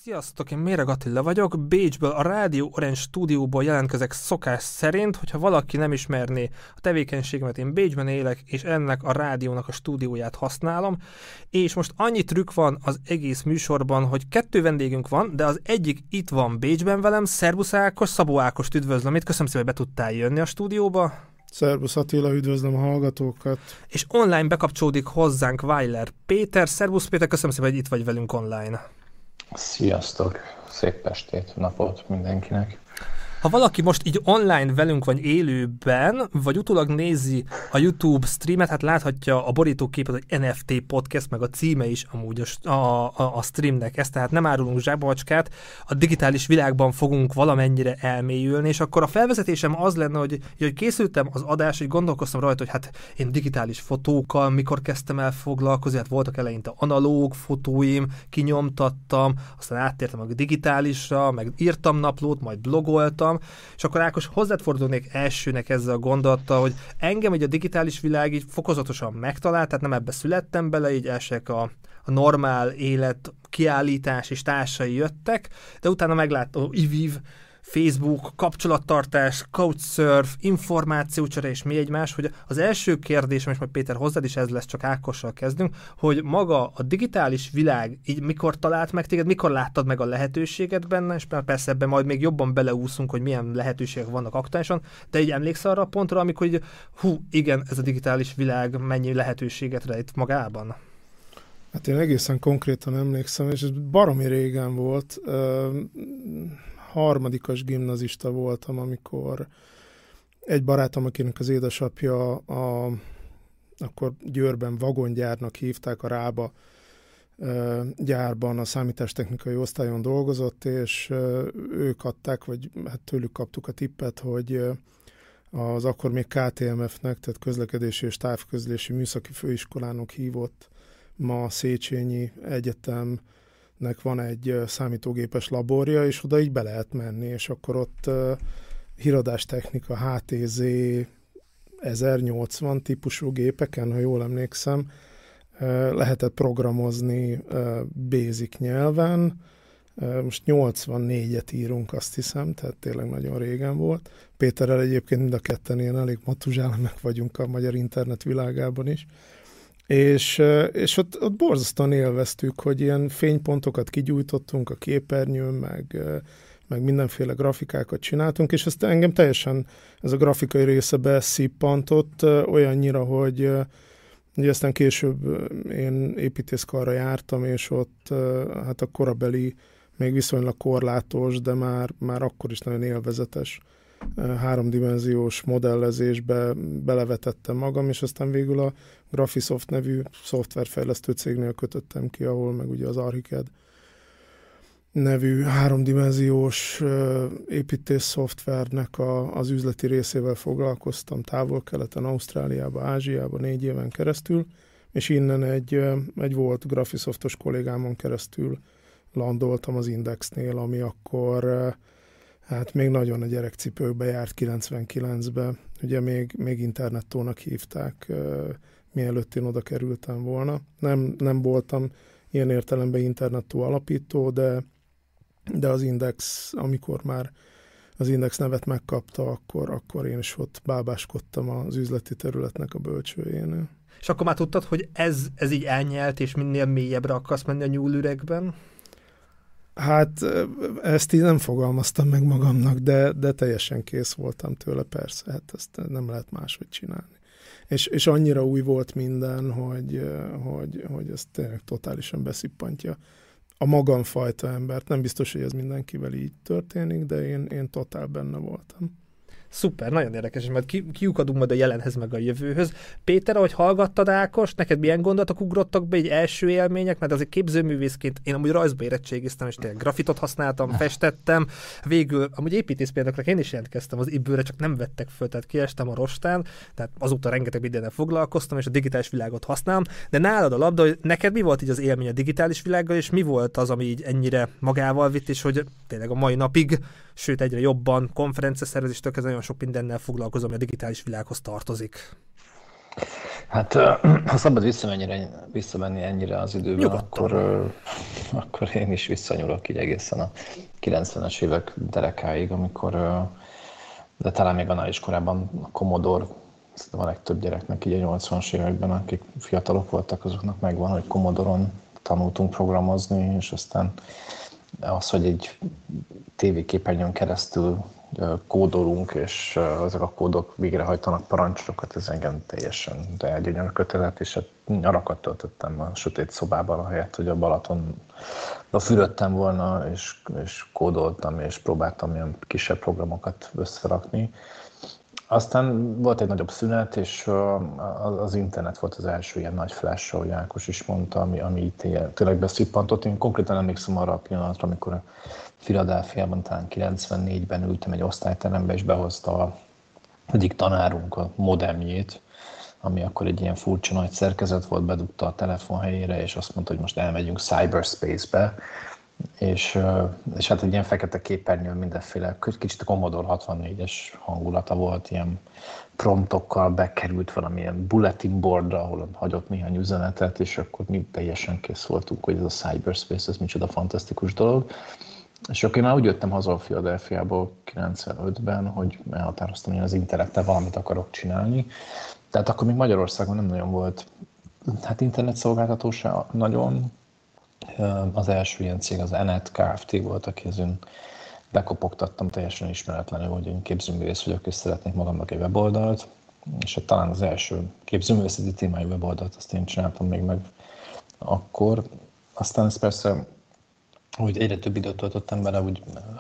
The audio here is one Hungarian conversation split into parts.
Sziasztok, én Méreg Attila vagyok, Bécsből, a Rádió Orange stúdióból jelentkezek szokás szerint, hogyha valaki nem ismerné a tevékenységemet, én Bécsben élek, és ennek a rádiónak a stúdióját használom, és most annyi trükk van az egész műsorban, hogy 2 vendégünk van, de az egyik itt van Bécsben velem, Szerbusz Ákos, Szabó Ákost üdvözlöm itt, köszönöm szépen, hogy be tudtál jönni a stúdióba. Szerbusz Attila, üdvözlöm a hallgatókat. És online bekapcsolódik hozzánk Weiler Péter. Szerbusz Péter, köszönöm szépen, hogy itt vagy velünk online. Sziasztok! Szép estét, napot mindenkinek! Ha valaki most így online velünk van élőben, vagy utólag nézi a YouTube streamet, hát láthatja a borítóképet, hogy NFT podcast, meg a címe is amúgy a streamnek ez, tehát nem árulunk zsákbacskát, a digitális világban fogunk valamennyire elmélyülni, és akkor a felvezetésem az lenne, hogy készültem az adás, hogy gondolkoztam rajta, hogy hát én digitális fotókkal mikor kezdtem el foglalkozni, hát voltak eleinte analóg fotóim, kinyomtattam, aztán áttértem a digitálisra, meg írtam naplót, majd blogoltam, és akkor Ákos, hozzád fordulnék elsőnek ezzel a gondolattal, hogy engem így a digitális világ így fokozatosan megtalált, tehát nem ebbe születtem bele, így elsők a normál élet, kiállítás és társai jöttek, de utána megláttam IVIV, Facebook, kapcsolattartás, couchsurf, információcsere és még egymás, hogy az első kérdésem, és majd Péter hozzád is ez lesz, csak Ákossal kezdünk, hogy maga a digitális világ így mikor talált meg téged, mikor láttad meg a lehetőséget benne, és persze ebben majd még jobban beleúszunk, hogy milyen lehetőségek vannak aktuálisan, de így emlékszel arra a pontra, amikor így, igen, ez a digitális világ mennyi lehetőséget rejt magában? Hát én egészen konkrétan emlékszem, és ez baromi régen volt, harmadikos gimnazista voltam, amikor egy barátom, akinek az édesapja akkor Győrben vagongyárnak hívták, a Rába gyárban a számítástechnikai osztályon dolgozott, és ők adták, vagy hát tőlük kaptuk a tippet, hogy az akkor még KTMF-nek, tehát Közlekedési és Távközlési Műszaki Főiskolának hívott ma Széchenyi Egyetemnek van egy számítógépes laborja, és oda így be lehet menni, és akkor ott híradástechnika, HTZ 1080 típusú gépeken, ha jól emlékszem, lehetett programozni Basic nyelven. Most 84-et írunk, azt hiszem, tehát tényleg nagyon régen volt. Péterrel egyébként mind a ketten ilyen elég matuzsálemek vagyunk a magyar internet világában is. És ott borzasztóan élveztük, hogy ilyen fénypontokat kigyújtottunk a képernyőn, meg mindenféle grafikákat csináltunk, és ezt engem teljesen ez a grafikai része beszippantott olyannyira, hogy aztán később én építészkarra jártam, és ott hát a korabeli, még viszonylag korlátos, de már akkor is nagyon élvezetes 3D modellezésbe belevetettem magam, és aztán végül a Graphisoft nevű szoftverfejlesztő cégnél kötöttem ki, ahol meg ugye az Archicad nevű 3D építés szoftvernek az üzleti részével foglalkoztam távol-keleten, Ausztráliába, Ázsiába 4 éven keresztül, és innen egy volt Graphisoftos kollégámon keresztül landoltam az Indexnél, ami akkor hát még nagyon a gyerekcipőkbe járt 99-ben. Ugye még internettónak hívták, mielőtt én oda kerültem volna. Nem voltam ilyen értelemben internettó alapító, de az Index, amikor már az Index nevet megkapta, akkor én is ott bábáskodtam az üzleti területnek a bölcsőjénél. És akkor már tudtad, hogy ez így elnyelt, és minél mélyebbre akarsz menni a nyúlüregben? Hát ezt így nem fogalmaztam meg magamnak, de teljesen kész voltam tőle, persze, hát ezt nem lehet máshogy csinálni. És annyira új volt minden, hogy ez tényleg totálisan beszippantja a magamfajta embert. Nem biztos, hogy ez mindenkivel így történik, de én totál benne voltam. Szuper, nagyon érdekes, és majd kiukadunk majd a jelenhez meg a jövőhöz. Péter, ahogy hallgattad Ákos, neked milyen gondolatok ugrottak be, egy első élmények, mert azért képzőművészként én amúgy rajzba érettségiztem, és tényleg grafitot használtam, festettem, végül amúgy építészmérnöknek én is jelentkeztem az IB-re, csak nem vettek föl, tehát kiestem a rostán, tehát azóta rengeteg mindennel foglalkoztam, és a digitális világot használom, de nálad a labda, hogy neked mi volt így az élmény a digitális világgal, és mi volt az, ami így ennyire magával vitt, és hogy tényleg a mai napig, sőt egyre jobban konferenciaszervezéstől kezdve nagyon sok mindennel foglalkozom, ami a digitális világhoz tartozik. Hát ha szabad visszamenni ennyire az időben, akkor én is visszanyúlok így egészen a 90-es évek derekáig, amikor, de talán még annál is korábban a Commodore, szerintem a legtöbb gyereknek így a 80-as években, akik fiatalok voltak, azoknak megvan, hogy Commodore-on tanultunk programozni, és aztán az, hogy egy tévéképernyőn keresztül kódolunk, és ezek a kódok végrehajtanak parancsokat, ez engem teljesen elgyönyörködött, és hát nyarakat töltöttem a sötét szobában, ahelyett, hogy a Balatonra fürödtem volna, és kódoltam, és próbáltam ilyen kisebb programokat összerakni. Aztán volt egy nagyobb szünet, és az internet volt az első ilyen nagy flash, ahogy Ákos is mondta, ami tényleg beszippantott. Én konkrétan emlékszem arra a pillanatra, amikor Philadelphiában talán 94-ben ültem egy osztályterembe, és behozta egyik tanárunk a modemjét, ami akkor egy ilyen furcsa nagy szerkezet volt, bedugta a telefon helyére, és azt mondta, hogy most elmegyünk cyberspace-be, és hát egy ilyen fekete képernyőn mindenféle, kicsit a Commodore 64-es hangulata volt, ilyen promptokkal bekerült valamilyen bulletin boardra, ahol hagyott néhány üzenetet, és akkor mi teljesen kész voltunk, hogy ez a cyberspace, ez micsoda fantasztikus dolog. És akkor én már úgy jöttem haza a Philadelphiából 95-ben, hogy elhatároztam, hogy az internettel valamit akarok csinálni. Tehát akkor még Magyarországon nem nagyon volt, hát internetszolgáltató se nagyon. Az első ilyen cég az Enet Kft. Volt, akihez bekopogtattam teljesen ismeretlenül, hogy én képzőművész vagyok, és szeretnék magamnak egy weboldalt. És talán az első képzőművészeti témájú weboldalt azt én csináltam még meg akkor. Aztán ez persze, hogy egyre több időt töltöttem bele, úgy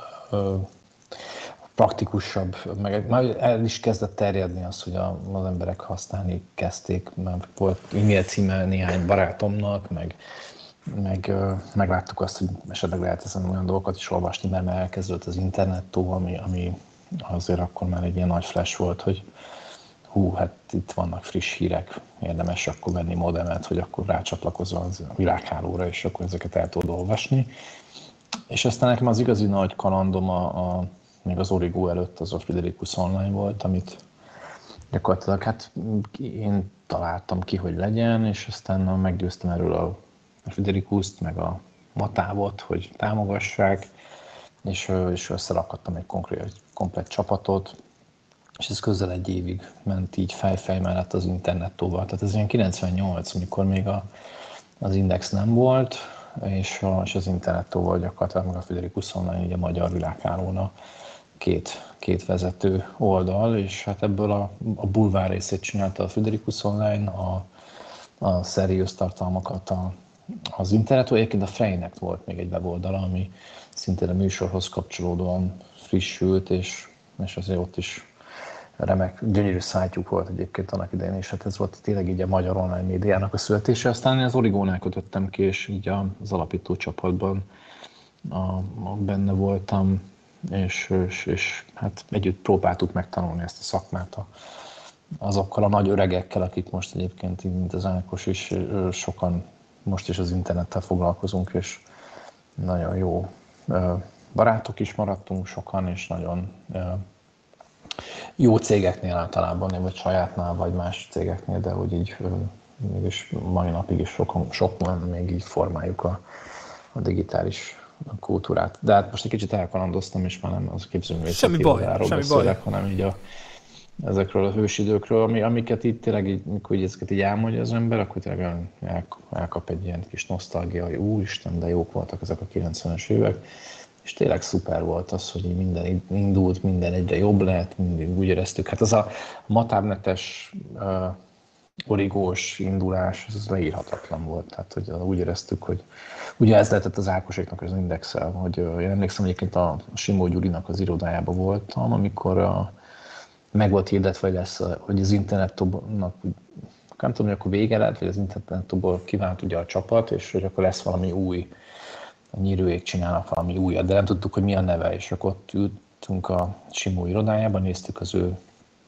praktikusabb, meg már el is kezdett terjedni az, hogy az emberek használni kezdték, mert volt e-mail címe néhány barátomnak, megláttuk azt, hogy esetleg lehet ezen olyan dolgokat is olvasni, mert már elkezdődött az internettó, ami azért akkor már egy ilyen nagy flash volt, hogy hát itt vannak friss hírek, érdemes akkor venni modemet, hogy akkor rácsatlakozol a világhálóra, és akkor ezeket el tudod olvasni. És aztán nekem az igazi nagy kalandom még az Origo előtt az a Friderikus Online volt, amit gyakorlatilag hát én találtam ki, hogy legyen, és aztán meggyőztem erről a Friderikuszt, meg a Matávot, hogy támogassák, és összerakadtam egy komplett csapatot, és ez közel egy évig ment így fej mellett az internettóval. Tehát ez ilyen 98, amikor még az Index nem volt, és az internettóval gyakorlatilag meg a Friderikus Online, így a magyar világhálóna két vezető oldal, és hát ebből a bulvár részét csinálta a Friderikus Online, a serious tartalmakat az internetről. Egyébként a Freynek volt még egy weboldala, ami szintén a műsorhoz kapcsolódóan frissült, és azért ott is remek, gyönyörű szájtjuk volt egyébként annak idején, és hát ez volt tényleg így a magyar online médiának a születése. Aztán az Origónál kötöttem ki, és így az alapító csapatban benne voltam, és hát együtt próbáltuk megtanulni ezt a szakmát azokkal a nagy öregekkel, akik most egyébként, mint az Ákos is, sokan most is az internettel foglalkozunk, és nagyon jó barátok is maradtunk sokan, és nagyon jó cégeknél általában, vagy sajátnál, vagy más cégeknél, de hogy így mégis mai napig is sokan még így formáljuk a digitális kultúrát. De hát most egy kicsit elkalandoztam, és már nem az képzőművészeti oldaláról beszélek, hanem így ezekről a hősidőkről, amiket itt tényleg így, mikor így ezeket így elmondja az ember, akkor tényleg elkap egy ilyen kis nosztalgia, hogy úristen, de jók voltak ezek a 90-es évek. És tényleg szuper volt az, hogy minden indult, minden egyre jobb lett, mindig úgy éreztük. Hát az a matábnetes, origós indulás, ez leírhatatlan volt. Tehát hogy úgy éreztük, hogy ugye ez lehetett az Ákoséknak az Indexel, hogy én emlékszem egyébként a Simó Gyurinak az irodájában voltam, amikor meg volt hirdetve, hogy az internettónak, nem tudom, hogy akkor vége lett, vagy az internettóból kivált ugye a csapat, és hogy akkor lesz valami új, a nyírőjék csinálnak valami újat, de nem tudtuk, hogy mi a neve, és akkor ott ültünk a Simó irodájában, néztük az ő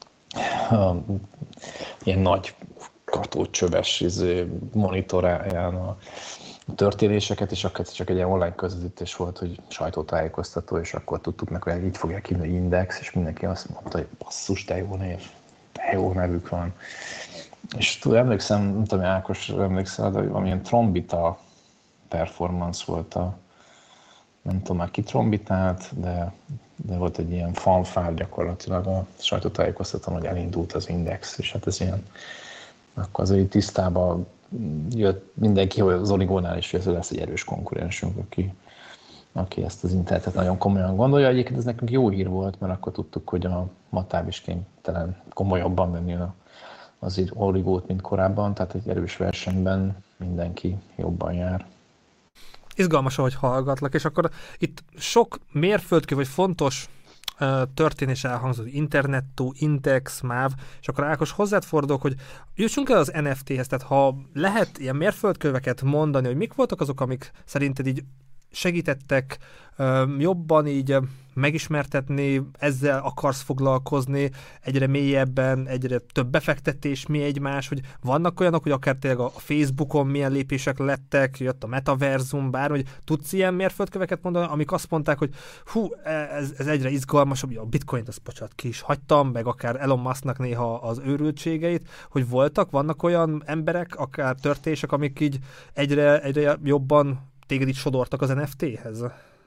ilyen nagy katócsöves monitorján a történéseket, és akkor csak egy ilyen online közvetítés volt, hogy sajtótájékoztató, és akkor tudtuk meg, hogy így fogják hívni, hogy Index, és mindenki azt mondta, hogy basszus, de jó név, de jó nevük van. És emlékszem, nem tudom, Ákos emlékszel, de valamilyen trombita performance volt nem tudom már ki trombitált, de volt egy ilyen fanfár gyakorlatilag a sajtótájékoztatón, hogy elindult az Index, és hát ez ilyen, akkor azért tisztában jött mindenki, hogy az Origónál is lesz egy erős konkurensünk, aki ezt az internetet nagyon komolyan gondolja. Egyébként ez nekünk jó hír volt, mert akkor tudtuk, hogy a Matáv is kénytelen komolyabban venni az Origót, mint korábban, tehát egy erős versenyben mindenki jobban jár. Izgalmas, ahogy hallgatlak, és akkor itt sok mérföldkő vagy fontos történés elhangzott, Internettó, Index, MÁV, és akkor Ákos hozzád fordulok, hogy jussunk el az NFT-hez, tehát ha lehet ilyen mérföldköveket mondani, hogy mik voltak azok, amik szerinted így segítettek jobban így megismertetni, ezzel akarsz foglalkozni, egyre mélyebben, egyre több befektetés, mi egymás, hogy vannak olyanok, hogy akár tényleg a Facebookon milyen lépések lettek, jött a metaverzum, bármi, hogy tudsz ilyen mérföldköveket mondani, amik azt mondták, hogy hú, ez egyre izgalmasabb, a bitcoint azt bocsánat, ki is hagytam, meg akár Elon Musknak néha az őrültségeit, hogy vannak olyan emberek, akár történések, amik így egyre jobban téged így sodortak az NFT-hez?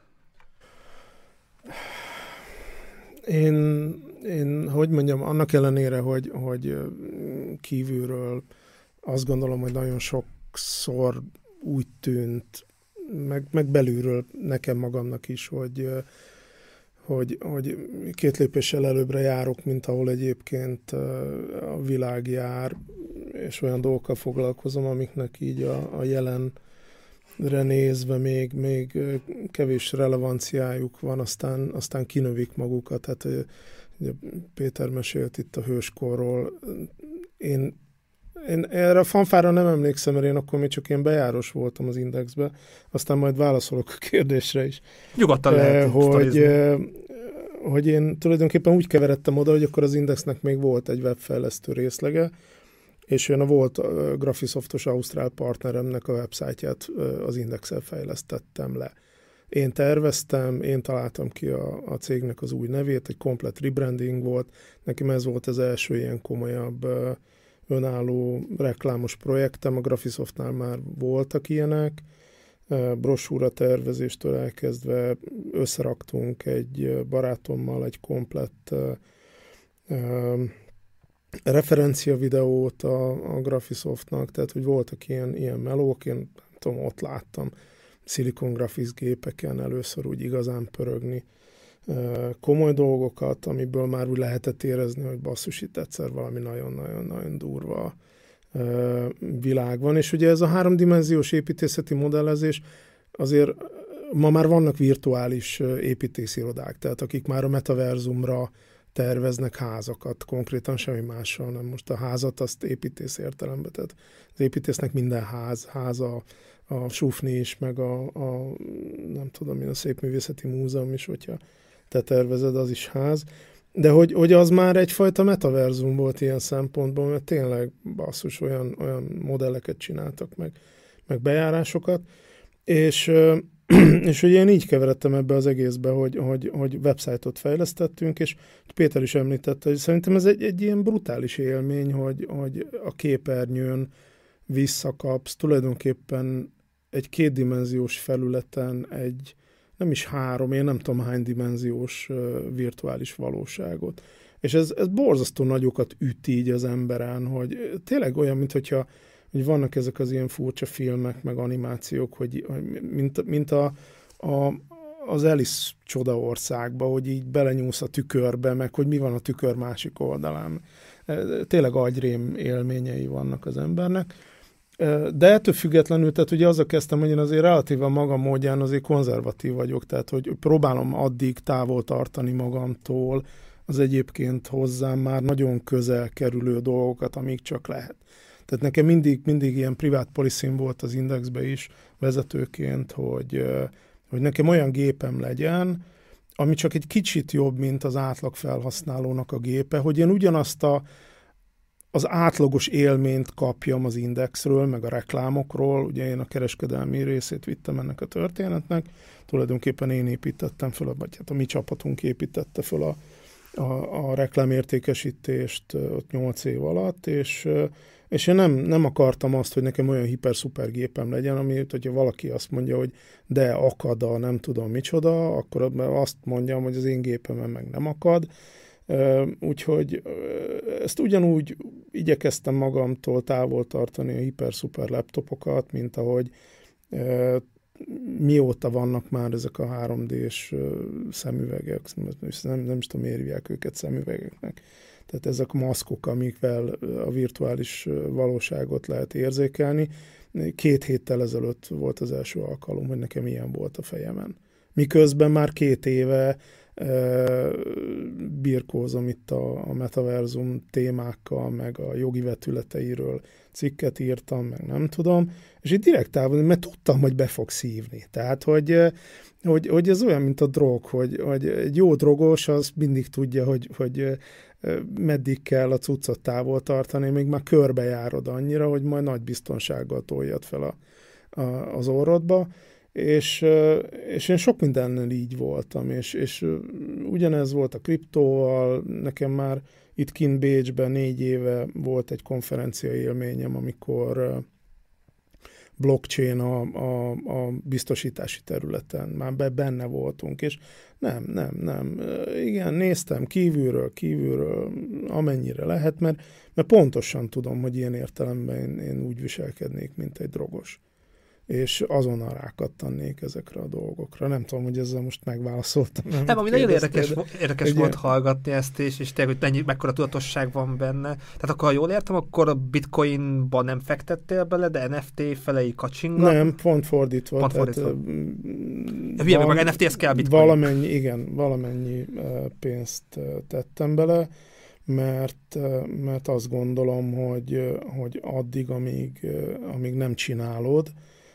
Én hogy mondjam, annak ellenére, hogy kívülről azt gondolom, hogy nagyon sokszor úgy tűnt, meg belülről nekem magamnak is, hogy két lépéssel előbbre járok, mint ahol egyébként a világ jár, és olyan dolgokkal foglalkozom, amiknek így a jelenre nézve még kevés relevanciájuk van, aztán kinövik magukat. Hát ugye Péter mesélt itt a hőskorról. Én erre a fanfára nem emlékszem, mert én akkor még csak ilyen bejárós voltam az Indexbe, aztán majd válaszolok a kérdésre is. Nyugodtan lehet hogy én tulajdonképpen úgy keveredtem oda, hogy akkor az Indexnek még volt egy webfejlesztő részlege, és én a volt Graphisoftos ausztrál partneremnek a websájtját az Indexel fejlesztettem le. Én terveztem, én találtam ki a cégnek az új nevét, egy komplet rebranding volt, nekem ez volt az első ilyen komolyabb önálló reklámos projektem, a Graphisoftnál már voltak ilyenek, brosúra tervezéstől elkezdve összeraktunk egy barátommal egy komplett referencia videót a Graphisoftnak, tehát hogy voltak ilyen melók, én nem tudom, ott láttam Silicon Graphics gépeken először úgy igazán pörögni komoly dolgokat, amiből már úgy lehetett érezni, hogy basszus, itt egyszer valami nagyon-nagyon durva világ van, és ugye ez a háromdimenziós építészeti modellezés, azért ma már vannak virtuális építészirodák, tehát akik már a metaverzumra terveznek házakat, konkrétan semmi mással, nem most a házat, azt építész értelemben, tehát az építésznek minden ház a Sufni is, meg a nem tudom én, a Szépművészeti Múzeum is, hogyha te tervezed, az is ház, de hogy az már egyfajta metaverzum volt ilyen szempontból, mert tényleg basszus olyan modelleket csináltak meg bejárásokat, és hogy én így keveredtem ebbe az egészbe, hogy websájtot fejlesztettünk, és Péter is említette, hogy szerintem ez egy ilyen brutális élmény, hogy a képernyőn visszakapsz tulajdonképpen egy kétdimenziós felületen egy, nem is három, én nem tudom hány dimenziós virtuális valóságot. És ez borzasztó nagyokat üt így az emberen, hogy tényleg olyan, mintha hogy vannak ezek az ilyen furcsa filmek, meg animációk, hogy mint az Alice Csodaországba, hogy így belenyúlsz a tükörbe, meg hogy mi van a tükör másik oldalán. Tényleg agyrém élményei vannak az embernek. De ettől függetlenül, tehát ugye azzal kezdtem, hogy én azért relatívan magam módján azért konzervatív vagyok, tehát hogy próbálom addig távol tartani magamtól az egyébként hozzám már nagyon közel kerülő dolgokat, amíg csak lehet. Tehát nekem mindig ilyen privát policy-m volt az Indexbe is vezetőként, hogy nekem olyan gépem legyen, ami csak egy kicsit jobb, mint az átlag felhasználónak a gépe, hogy én ugyanazt az átlagos élményt kapjam az Indexről, meg a reklámokról. Ugye én a kereskedelmi részét vittem ennek a történetnek. Tulajdonképpen én építettem föl, vagy hát a mi csapatunk építette föl a reklámértékesítést ott 8 év alatt, és És én nem akartam azt, hogy nekem olyan hiper-szuper gépem legyen, amit, hogyha valaki azt mondja, hogy de akad a nem tudom micsoda, akkor azt mondjam, hogy az én gépemen meg nem akad. Úgyhogy ezt ugyanúgy igyekeztem magamtól távol tartani a hiper-szuper laptopokat, mint ahogy mióta vannak már ezek a 3D-s szemüvegek, nem is tudom, miért hívják őket szemüvegeknek. Tehát ezek a maszkok, amikvel a virtuális valóságot lehet érzékelni. 2 héttel ezelőtt volt az első alkalom, hogy nekem ilyen volt a fejemen. Miközben már 2 éve birkózom itt a metaverzum témákkal, meg a jogi vetületeiről cikket írtam, meg nem tudom, és itt direkt távol, mert tudtam, hogy be fog szívni. Tehát, hogy ez olyan, mint a drog, hogy egy jó drogos az mindig tudja, hogy meddig kell a cuccot távol tartani, még már körbejárod annyira, hogy majd nagy biztonsággal toljad fel az orrodba, és én sok mindennel így voltam, és ugyanez volt a kriptóval, nekem már itt kint Bécsben 4 éve volt egy konferencia élményem, amikor blockchain a biztosítási területen, már benne voltunk, és nem. Igen, néztem kívülről, amennyire lehet, mert pontosan tudom, hogy ilyen értelemben én úgy viselkednék, mint egy drogos. És azonnal rákattannék ezekre a dolgokra. Nem tudom, hogy ezzel most megválaszoltam. Nem, ami nagyon érdekes volt hallgatni ezt, és tényleg, hogy mekkora tudatosság van benne. Tehát akkor, ha jól értem, akkor a bitcoinban nem fektettél bele, de NFT felei kacsinga? Nem, pont fordítva. Hülye, meg NFT-hez kell bitcoin. Valamennyi pénzt tettem bele, mert azt gondolom, hogy addig, amíg nem csinálod,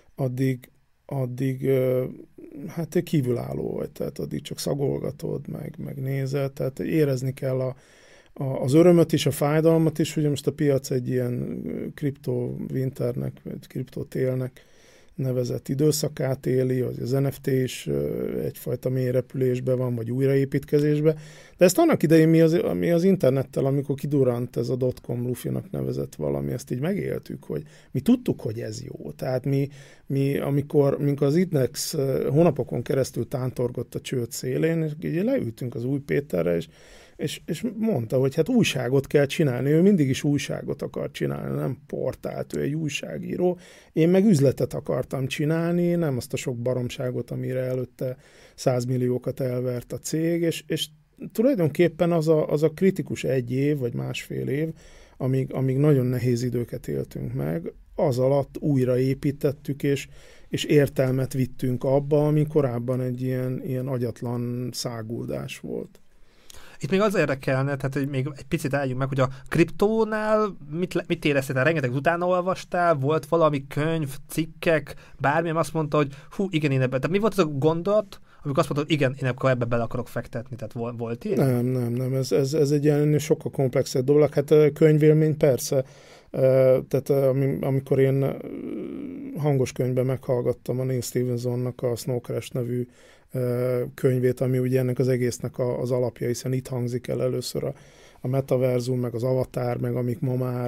addig hát kívülálló vagy, tehát addig csak szagolgatod, meg nézed, tehát érezni kell az örömöt is, a fájdalmat is, ugye most a piac egy ilyen kripto winternek, vagy kripto télnek nevezett időszakát éli, az NFT is egyfajta mélyrepülésben van, vagy újraépítkezésben. De ezt annak idején mi az internettel, amikor kidurrant ez a dotcom lufinak nevezett valami, ezt így megéltük, hogy mi tudtuk, hogy ez jó. Tehát mi amikor az Index hónapokon keresztül tántorgott a csőd szélén, és így leültünk az Új Péterre, és mondta, hogy hát újságot kell csinálni. Ő mindig is újságot akar csinálni, nem portált, ő egy újságíró. Én meg üzletet akartam csinálni, nem azt a sok baromságot, amire előtte 100 milliókat elvert a cég, és tulajdonképpen az a kritikus 1 év, vagy 1,5 év, amíg nagyon nehéz időket éltünk meg, az alatt újraépítettük, és értelmet vittünk abba, ami korábban egy ilyen agyatlan száguldás volt. Itt még az érdekelne, tehát hogy még egy picit álljunk meg, hogy a kriptónál mit éreztél? Rengeteg utána olvastál, volt valami könyv, cikkek, bármi, azt mondta, hogy hú, igen, én ebben. Tehát mi volt az a gondolat, amikor azt mondta, hogy igen, én akkor ebbe bele akarok fektetni, tehát volt ilyen? Nem, ez egy ilyen sokkal komplexebb dolog. Hát könyvélmény persze. Tehát amikor én hangos könyvben meghallgattam a Neil Stephensonnak a Snow Crash nevű könyvét, ami ugye ennek az egésznek az alapja, hiszen itt hangzik el először a metaverzum, meg az avatar, meg amik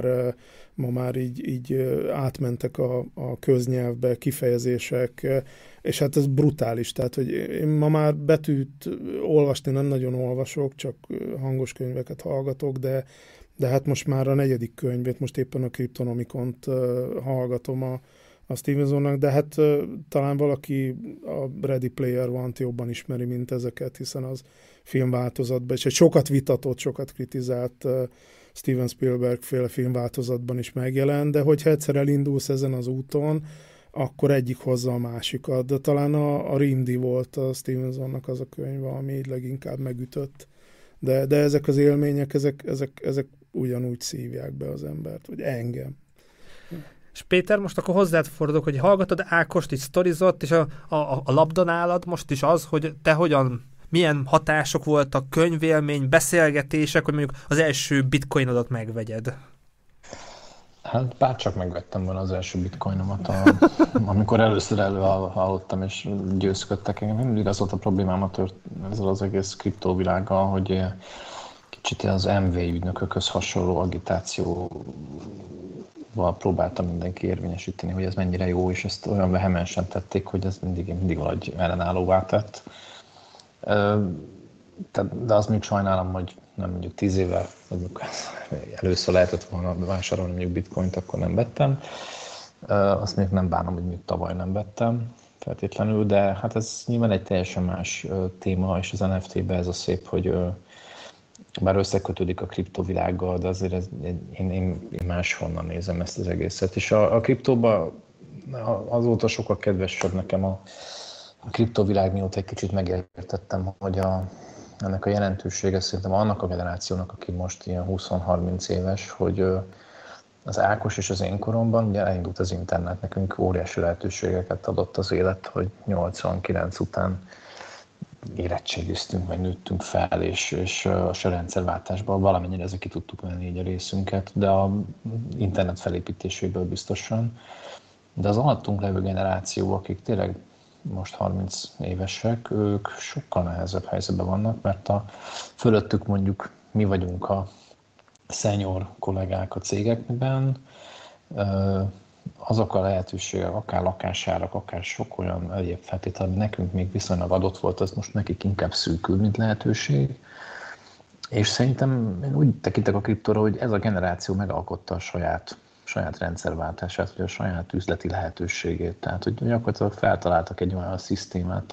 ma már így átmentek a köznyelvbe, kifejezések, és hát ez brutális, tehát hogy én ma már betűt olvasni nem nagyon olvasok, csak hangos könyveket hallgatok, de hát most már a 4. könyvét, most éppen a Cryptonomicont hallgatom a Stephensonnak, de hát talán valaki a Ready Player One-t jobban ismeri, mint ezeket, hiszen az filmváltozatban, és egy sokat vitatott, sokat kritizált Steven Spielberg féle filmváltozatban is megjelent, de hogyha egyszer elindulsz ezen az úton, akkor egyik hozza a másikat. De talán a Rimdi volt a Stephensonnak az a könyv, ami így leginkább megütött. De ezek az élmények, ezek ugyanúgy szívják be az embert, vagy engem. És Péter, most akkor hozzád fordulok, hogy hallgatod Ákost, így sztorizott, és a labda nálad most is az, hogy te milyen hatások voltak, könyvélmény, beszélgetések, hogy mondjuk az első bitcoinodat megvegyed? Hát bárcsak megvettem volna az első bitcoinomat, amikor először hallottam és győzködtek. Mindig az volt a problémámat ezzel az egész kriptóvilággal, hogy kicsit az MV ügynökökhöz hasonló agitáció próbáltam mindenki érvényesíteni, hogy ez mennyire jó, és ezt olyan vehemensen tették, hogy ez mindig valahogy ellenállóvá tett. De azt még sajnálom, hogy nem mondjuk 10 évvel, először lehetett volna vásárolni mondjuk bitcoint, akkor nem vettem. Azt még nem bánom, hogy még tavaly nem vettem feltétlenül, de hát ez nyilván egy teljesen más téma, és az NFT-ben ez a szép, hogy bár összekötődik a kriptovilággal, de azért én máshonnan nézem ezt az egészet. És a kriptóban azóta sokkal kedvesebb nekem a kriptovilág, mióta egy kicsit megértettem, hogy ennek a jelentősége szerintem annak a generációnak, aki most ilyen 20-30 éves, hogy az Ákos és az én koromban ugye elindult az internet, nekünk óriási lehetőségeket adott az élet, hogy 89 után érettségiztünk, meg nőttünk fel, és a rendszerváltásban valamennyire ezzel ki tudtuk venni így a részünket, de a internet felépítéséből biztosan. De az alattunk levő generáció, akik tényleg most 30 évesek, ők sokkal nehezebb helyzetben vannak, mert fölöttük mondjuk mi vagyunk a senior kollégák a cégekben, azok a lehetőségek, akár lakásárak, akár sok olyan egyéb feltétel, ami nekünk még viszonylag adott volt, az most nekik inkább szűkül, mint lehetőség. És szerintem én úgy tekintek a kriptóra, hogy ez a generáció megalkotta a saját rendszerváltását, vagy a saját üzleti lehetőségét. Tehát, hogy gyakorlatilag feltaláltak egy olyan szisztémát,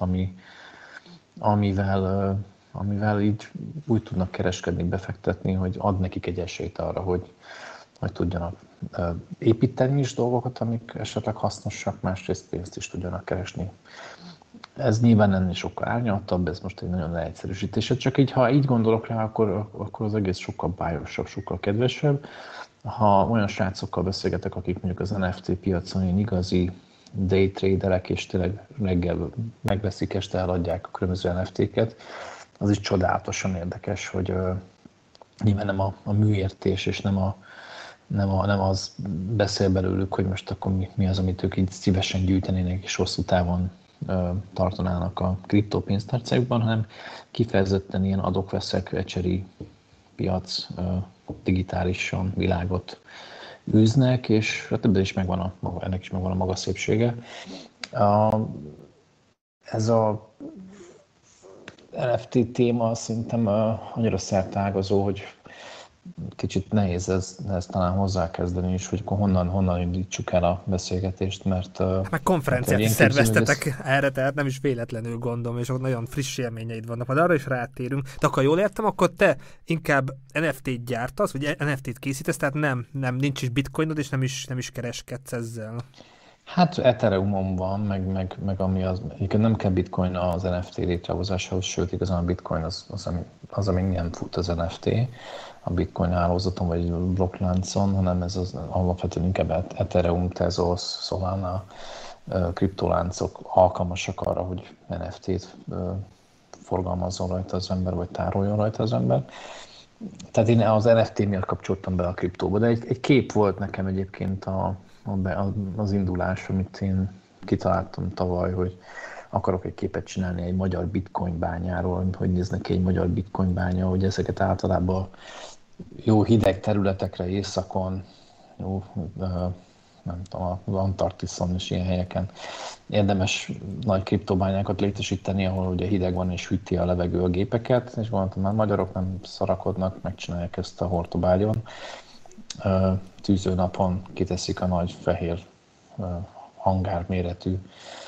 amivel így úgy tudnak kereskedni, befektetni, hogy ad nekik egy esélyt arra, hogy tudjanak építeni is dolgokat, amik esetleg hasznosak, másrészt pénzt is tudjanak keresni. Ez nyilván ennél sokkal árnyaltabb, ez most egy nagyon leegyszerűsítés. Csak így, ha így gondolok rá, akkor az egész sokkal bájosabb, sokkal kedvesebb. Ha olyan srácokkal beszélgetek, akik mondjuk az NFT piacon ilyen igazi day traderek, és tényleg reggel megveszik, este eladják a különböző NFT-ket, az is csodálatosan érdekes, hogy nyilván nem a műértés, és nem az beszél belőlük, hogy most akkor mi az, amit ők így szívesen gyűjtenének, és hosszú távon tartanának a kriptópénztárcájukban, hanem kifejezetten ilyen adok-veszek, ecseri piac, digitálisan világot űznek, és hát ennek is megvan a maga szépsége. Ez a NFT téma szerintem annyira szerteágazó, hogy kicsit nehéz ez talán hozzákezdeni is, hogy honnan indítsuk el a beszélgetést, mert... Meg konferenciát is szerveztetek erre, tehát nem is véletlenül gondolom, és ott nagyon friss élményeid vannak, majd arra is rátérünk. De akkor jól értem, akkor te inkább NFT-t gyártasz, vagy NFT-t készítesz, tehát nincs is bitcoinod, és nem is kereskedsz ezzel. Hát Ethereumon van, meg ami egyébként nem kell bitcoin az NFT létrehozásához, sőt igazán a bitcoin az ami nem fut az NFT a bitcoin hálózaton vagy blokkláncon, hanem ez alapvetően inkább Ethereum, Tezos, Solana kriptoláncok alkalmasak arra, hogy NFT-t forgalmazzon rajta az ember, vagy tároljon rajta az ember. Tehát én az NFT miatt kapcsoltam be a kriptóba, de egy kép volt nekem egyébként az indulás, amit én kitaláltam tavaly, hogy akarok egy képet csinálni egy magyar bitcoin bányáról, hogy néznek ki egy magyar bitcoin bánya, hogy ezeket általában jó hideg területekre, északon, jó, nem tudom, az Antarktiszon és ilyen helyeken érdemes nagy kriptobányákat létesíteni, ahol ugye hideg van és hűti a levegő a gépeket, és gondoltam, már magyarok nem szarakodnak, megcsinálják ezt a Hortobágyon. Tűzőnapon kiteszik a nagy fehér hangár méretű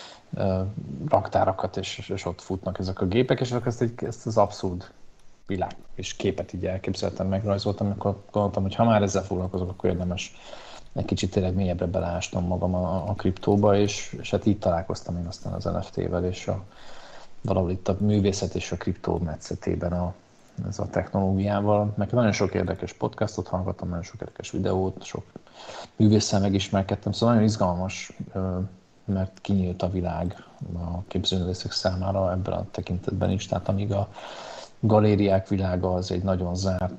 raktárakat, és ott futnak ezek a gépek, és akkor ezt az abszurd világ és képet így elképzeltem, megrajzoltam, amikor gondoltam, hogy ha már ezzel foglalkozok, akkor érdemes egy kicsit tényleg mélyebbre beleástam magam a kriptóba, és hát így találkoztam én aztán az NFT-vel, és valahol itt a művészet és a kriptó metszetében ez a technológiával. Meg nagyon sok érdekes podcastot hallgattam, nagyon sok érdekes videót, sok művésszel megismerkedtem, szóval nagyon izgalmas, mert kinyílt a világ a képzőművészek számára ebben a tekintetben is. Tehát amíg a galériák világa az egy nagyon zárt,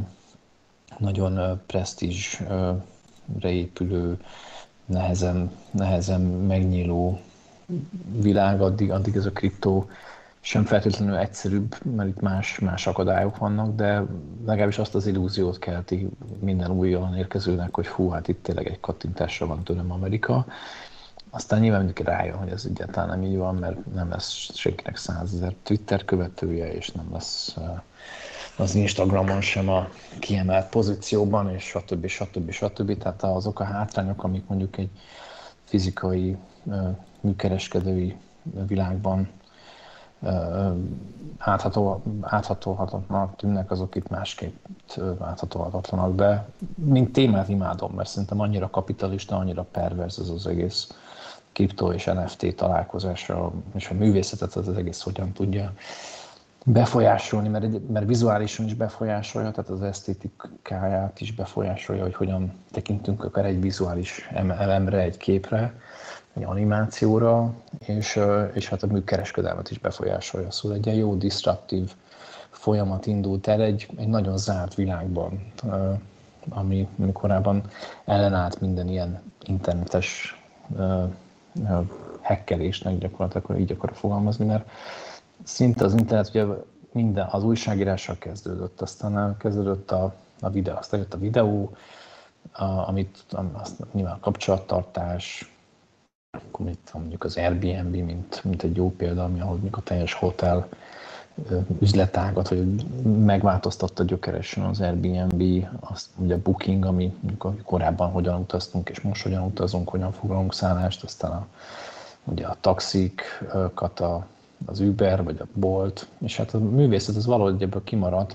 nagyon presztízsre épülő, nehezen megnyíló világ, addig ez a kriptó sem feltétlenül egyszerűbb, mert itt más akadályok vannak, de legalábbis azt az illúziót kelti minden újonnan érkezőnek, hogy hú, hát itt tényleg egy kattintásra van tőlem Amerika. Aztán nyilván mindenki rájön, hogy ez egyáltalán nem így van, mert nem lesz senkinek 100 000 Twitter követője, és nem lesz az Instagramon sem a kiemelt pozícióban, és stb. Tehát azok a hátrányok, amik mondjuk egy fizikai, műkereskedői világban áthatolhatatlanak tűnnek, azok itt másképp áthatolhatatlanak, de mint témát imádom, mert szerintem annyira kapitalista, annyira perverz ez az egész kriptó és NFT találkozása, és a művészetet az egész hogyan tudja befolyásolni, mert vizuálisan is befolyásolja, tehát az esztétikáját is befolyásolja, hogy hogyan tekintünk akár egy vizuális elemre, egy képre, egy animációra, és hát a műkereskedelmet is befolyásolja. Szóval egy ilyen jó disruptív folyamat indult el egy nagyon zárt világban, ami korábban ellenállt minden ilyen internetes hackelésnek, gyakorlatilag így akarok fogalmazni, mert szinte az internet ugye minden, az újságírással kezdődött, aztán kezdődött a videó, aztán jött a videó, amit nyilván a kapcsolattartás, akkor mondjuk az Airbnb, mint egy jó példa, ahol mondjuk a teljes hotel üzletágat, vagy megváltoztatta gyökeresen az Airbnb, azt ugye a Booking, ami korábban hogyan utaztunk, és most hogyan utazunk, hogyan foglalunk szállást, aztán ugye a taxikat, az Uber, vagy a Bolt, és hát a művészet az valahogy ebből kimaradt,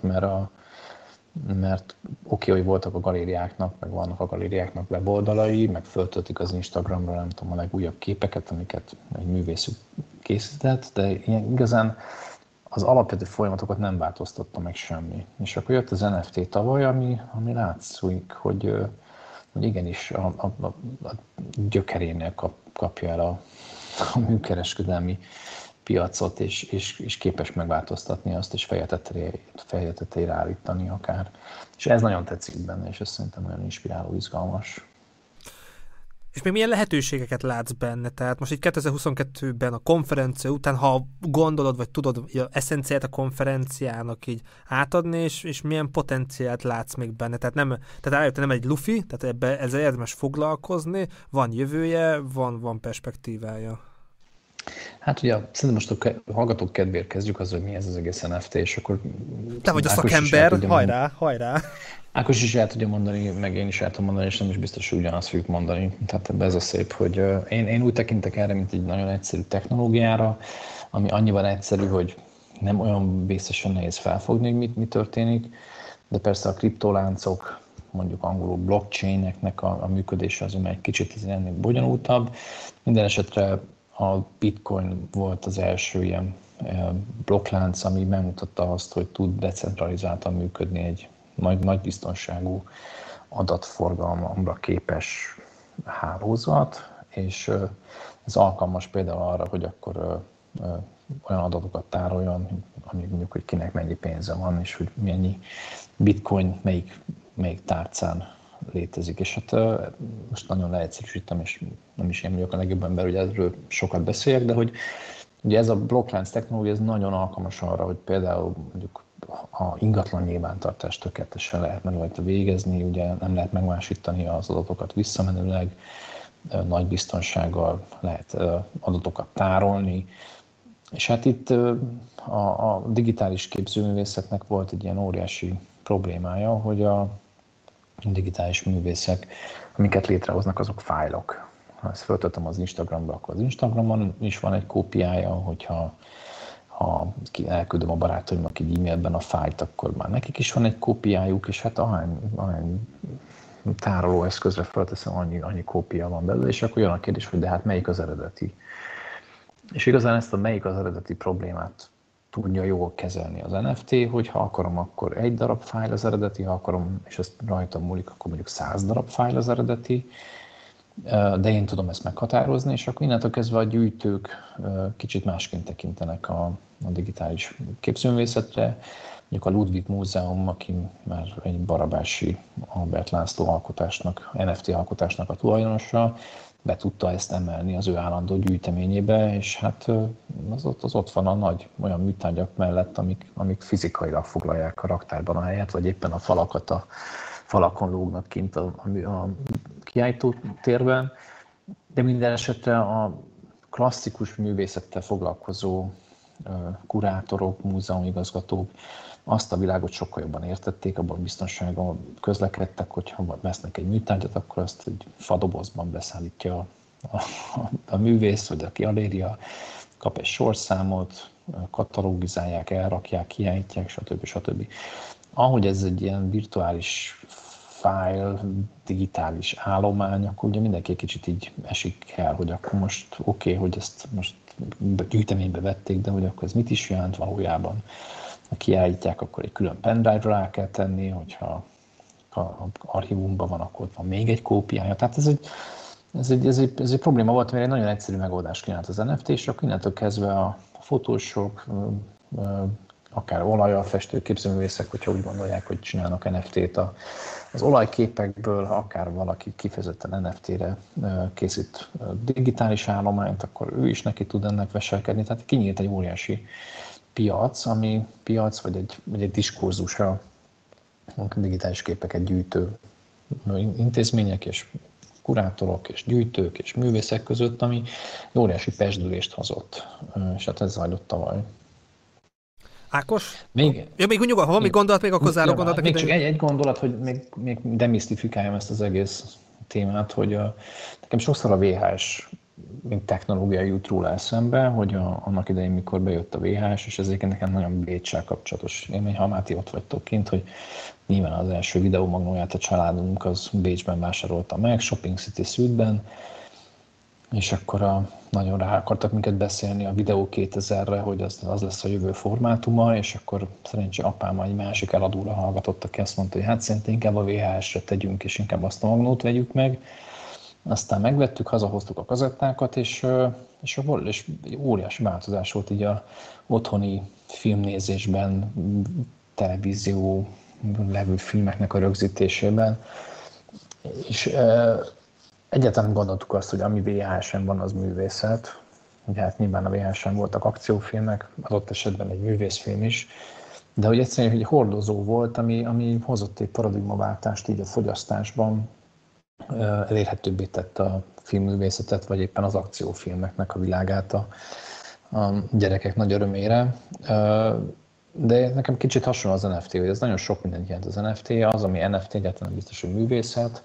mert oké, hogy voltak a galériáknak, meg vannak a galériáknak weboldalai, meg föltöltik az Instagramra, nem tudom, a legújabb képeket, amiket egy művészük készített, de igazán az alapvető folyamatokat nem változtatta meg semmi. És akkor jött az NFT tavaly, ami látszik, hogy igenis a gyökerénél kapja el a műkereskedelmi piacot, és képes megváltoztatni azt, és feje tetejére állítani akár. És ez nagyon tetszik benne, és ez szerintem nagyon inspiráló, izgalmas. És még milyen lehetőségeket látsz benne? Tehát most így 2022-ben a konferencia után, ha gondolod, vagy tudod az eszenciát a konferenciának így átadni, és milyen potenciált látsz még benne? Tehát rájöttem, nem egy lufi, tehát ezzel érdemes foglalkozni, van jövője, van perspektívája. Hát ugye szerintem most a hallgatók kedvéért kezdjük az, hogy mi ez az egész NFT, és akkor... Te vagy a szakember, hajrá! Ákos is el tudja mondani, meg én is el tudom mondani, és nem is biztos, hogy ugyanazt fogjuk mondani. Tehát ebben ez a szép, hogy én úgy tekintek erre, mint egy nagyon egyszerű technológiára, ami annyiban egyszerű, hogy nem olyan vészesen nehéz felfogni, hogy mi történik, de persze a kriptoláncok, mondjuk angolul blockchaineknek a működése az egy kicsit ennél bonyolultabb. Minden esetre a Bitcoin volt az első ilyen blokklánc, ami megmutatta azt, hogy tud decentralizáltan működni egy nagy biztonságú adatforgalomra képes hálózat, és ez alkalmas például arra, hogy akkor olyan adatokat tároljon, ami mondjuk, hogy kinek mennyi pénze van, és hogy mennyi bitcoin melyik tárcán létezik. És hát most nagyon leegyszerűsítem, és nem is én vagyok a legjobb ember, hogy erről sokat beszéljek, de hogy ugye ez a blokklánc technológia ez nagyon alkalmas arra, hogy például mondjuk a ingatlan nyilvántartást tökéletesen lehetne rajta végezni, ugye nem lehet megmásítani az adatokat visszamenőleg, nagy biztonsággal lehet adatokat tárolni, és hát itt a digitális képzőművészetnek volt egy ilyen óriási problémája, hogy a digitális művészek, amiket létrehoznak, azok fájlok. Ha ezt föltöltöm az Instagramra, akkor az Instagramon is van egy kópiája, hogyha elküldöm a barátaimnak egy e-mailben a fájlt, akkor már nekik is van egy kópiájuk, és hát ahány tárolóeszközre felteszem, annyi kópia van belőle, és akkor jön a kérdés, hogy de hát melyik az eredeti. És igazán ezt a melyik az eredeti problémát tudja jól kezelni az NFT, hogy ha akarom, akkor egy darab fájl az eredeti, ha akarom, és ezt rajtam múlik, akkor mondjuk 100 darab fájl az eredeti, de én tudom ezt meghatározni, és akkor innentől kezdve a gyűjtők kicsit másként tekintenek a digitális képzőművészetre. Mondjuk a Ludwig Múzeum, aki már egy barabási Albert László alkotásnak, NFT alkotásnak a tulajdonosa, be tudta ezt emelni az ő állandó gyűjteményébe, és hát az ott van a nagy olyan műtárgyak mellett, amik fizikailag foglalják a raktárban a helyet, vagy éppen a falakon lógnak kint a kiállító térben. De minden esetre a klasszikus művészettel foglalkozó kurátorok, múzeumigazgatók azt a világot sokkal jobban értették, abban biztonságban közlekedtek, hogyha vesznek egy műtárgyat, akkor azt egy fadobozban beszállítja a művész, vagy a galéria, kap egy sorszámot, katalógizálják, elrakják, kiállítják, stb. Ahogy ez egy ilyen virtuális file, digitális állomány, akkor ugye mindenki kicsit így esik el, hogy akkor most oké, hogy ezt most gyűjteménybe vették, de hogy akkor ez mit is jelent valójában. Ha kiállítják, akkor egy külön pendrive-ra rá kell tenni, hogyha archívumban van, akkor van még egy kópiája. Tehát ez egy probléma volt, mert egy nagyon egyszerű megoldást kínált az NFT, és akkor innentől kezdve a fotósok, akár olajjal festő képzőművészek, hogyha úgy gondolják, hogy csinálnak NFT-t az olajképekből, akár valaki kifejezetten NFT-re készít digitális állományt, akkor ő is neki tud ennek veselkedni. Tehát kinyílt egy óriási piac, vagy egy diskurzus a digitális képeket gyűjtő intézmények és kurátorok és gyűjtők és művészek között, ami óriási pesdülést hozott. És hát ez zajlott tavaly. Ákos? Még nyugodtan, ha van még gondolat, még akkor záró gondolat. Még csak egy gondolat, hogy még demisztifikáljam ezt az egész témát, hogy nekem sokszor a VHS mint technológia jut róla eszembe, hogy annak idején, mikor bejött a VHS, és ezért nekem nagyon Béccsel kapcsolatos élmény, ha Máté ott vagytok kint, hogy nyilván az első videómagnóját a családunk az Bécsben vásárolta meg, Shopping City Südben, és akkor nagyon rá akartak minket beszélni a Videó 2000-re, hogy az lesz a jövő formátuma, és akkor szerencsé apám egy másik eladóra hallgatott, aki azt mondta, hogy hát szerintem inkább a VHS-re tegyünk, és inkább azt a magnót vegyük meg. Aztán megvettük, hazahoztuk a kazettákat, és óriási változás volt így a otthoni filmnézésben, televízió levő filmeknek a rögzítésében. És egyáltalán gondoltuk azt, hogy ami VHS-en van, az művészet. Ugye hát nyilván a VHS-en voltak akciófilmek, adott esetben egy művészfilm is, de hogy egyszerűen egy hordozó volt, ami hozott egy paradigmaváltást így a fogyasztásban, elérhetőbbé tette a filmművészetet, vagy éppen az akciófilmeknek a világát a gyerekek nagy örömére. De nekem kicsit hasonló az NFT, hogy ez nagyon sok mindent jelent az NFT, az, ami NFT egyáltalán biztos, hogy művészet,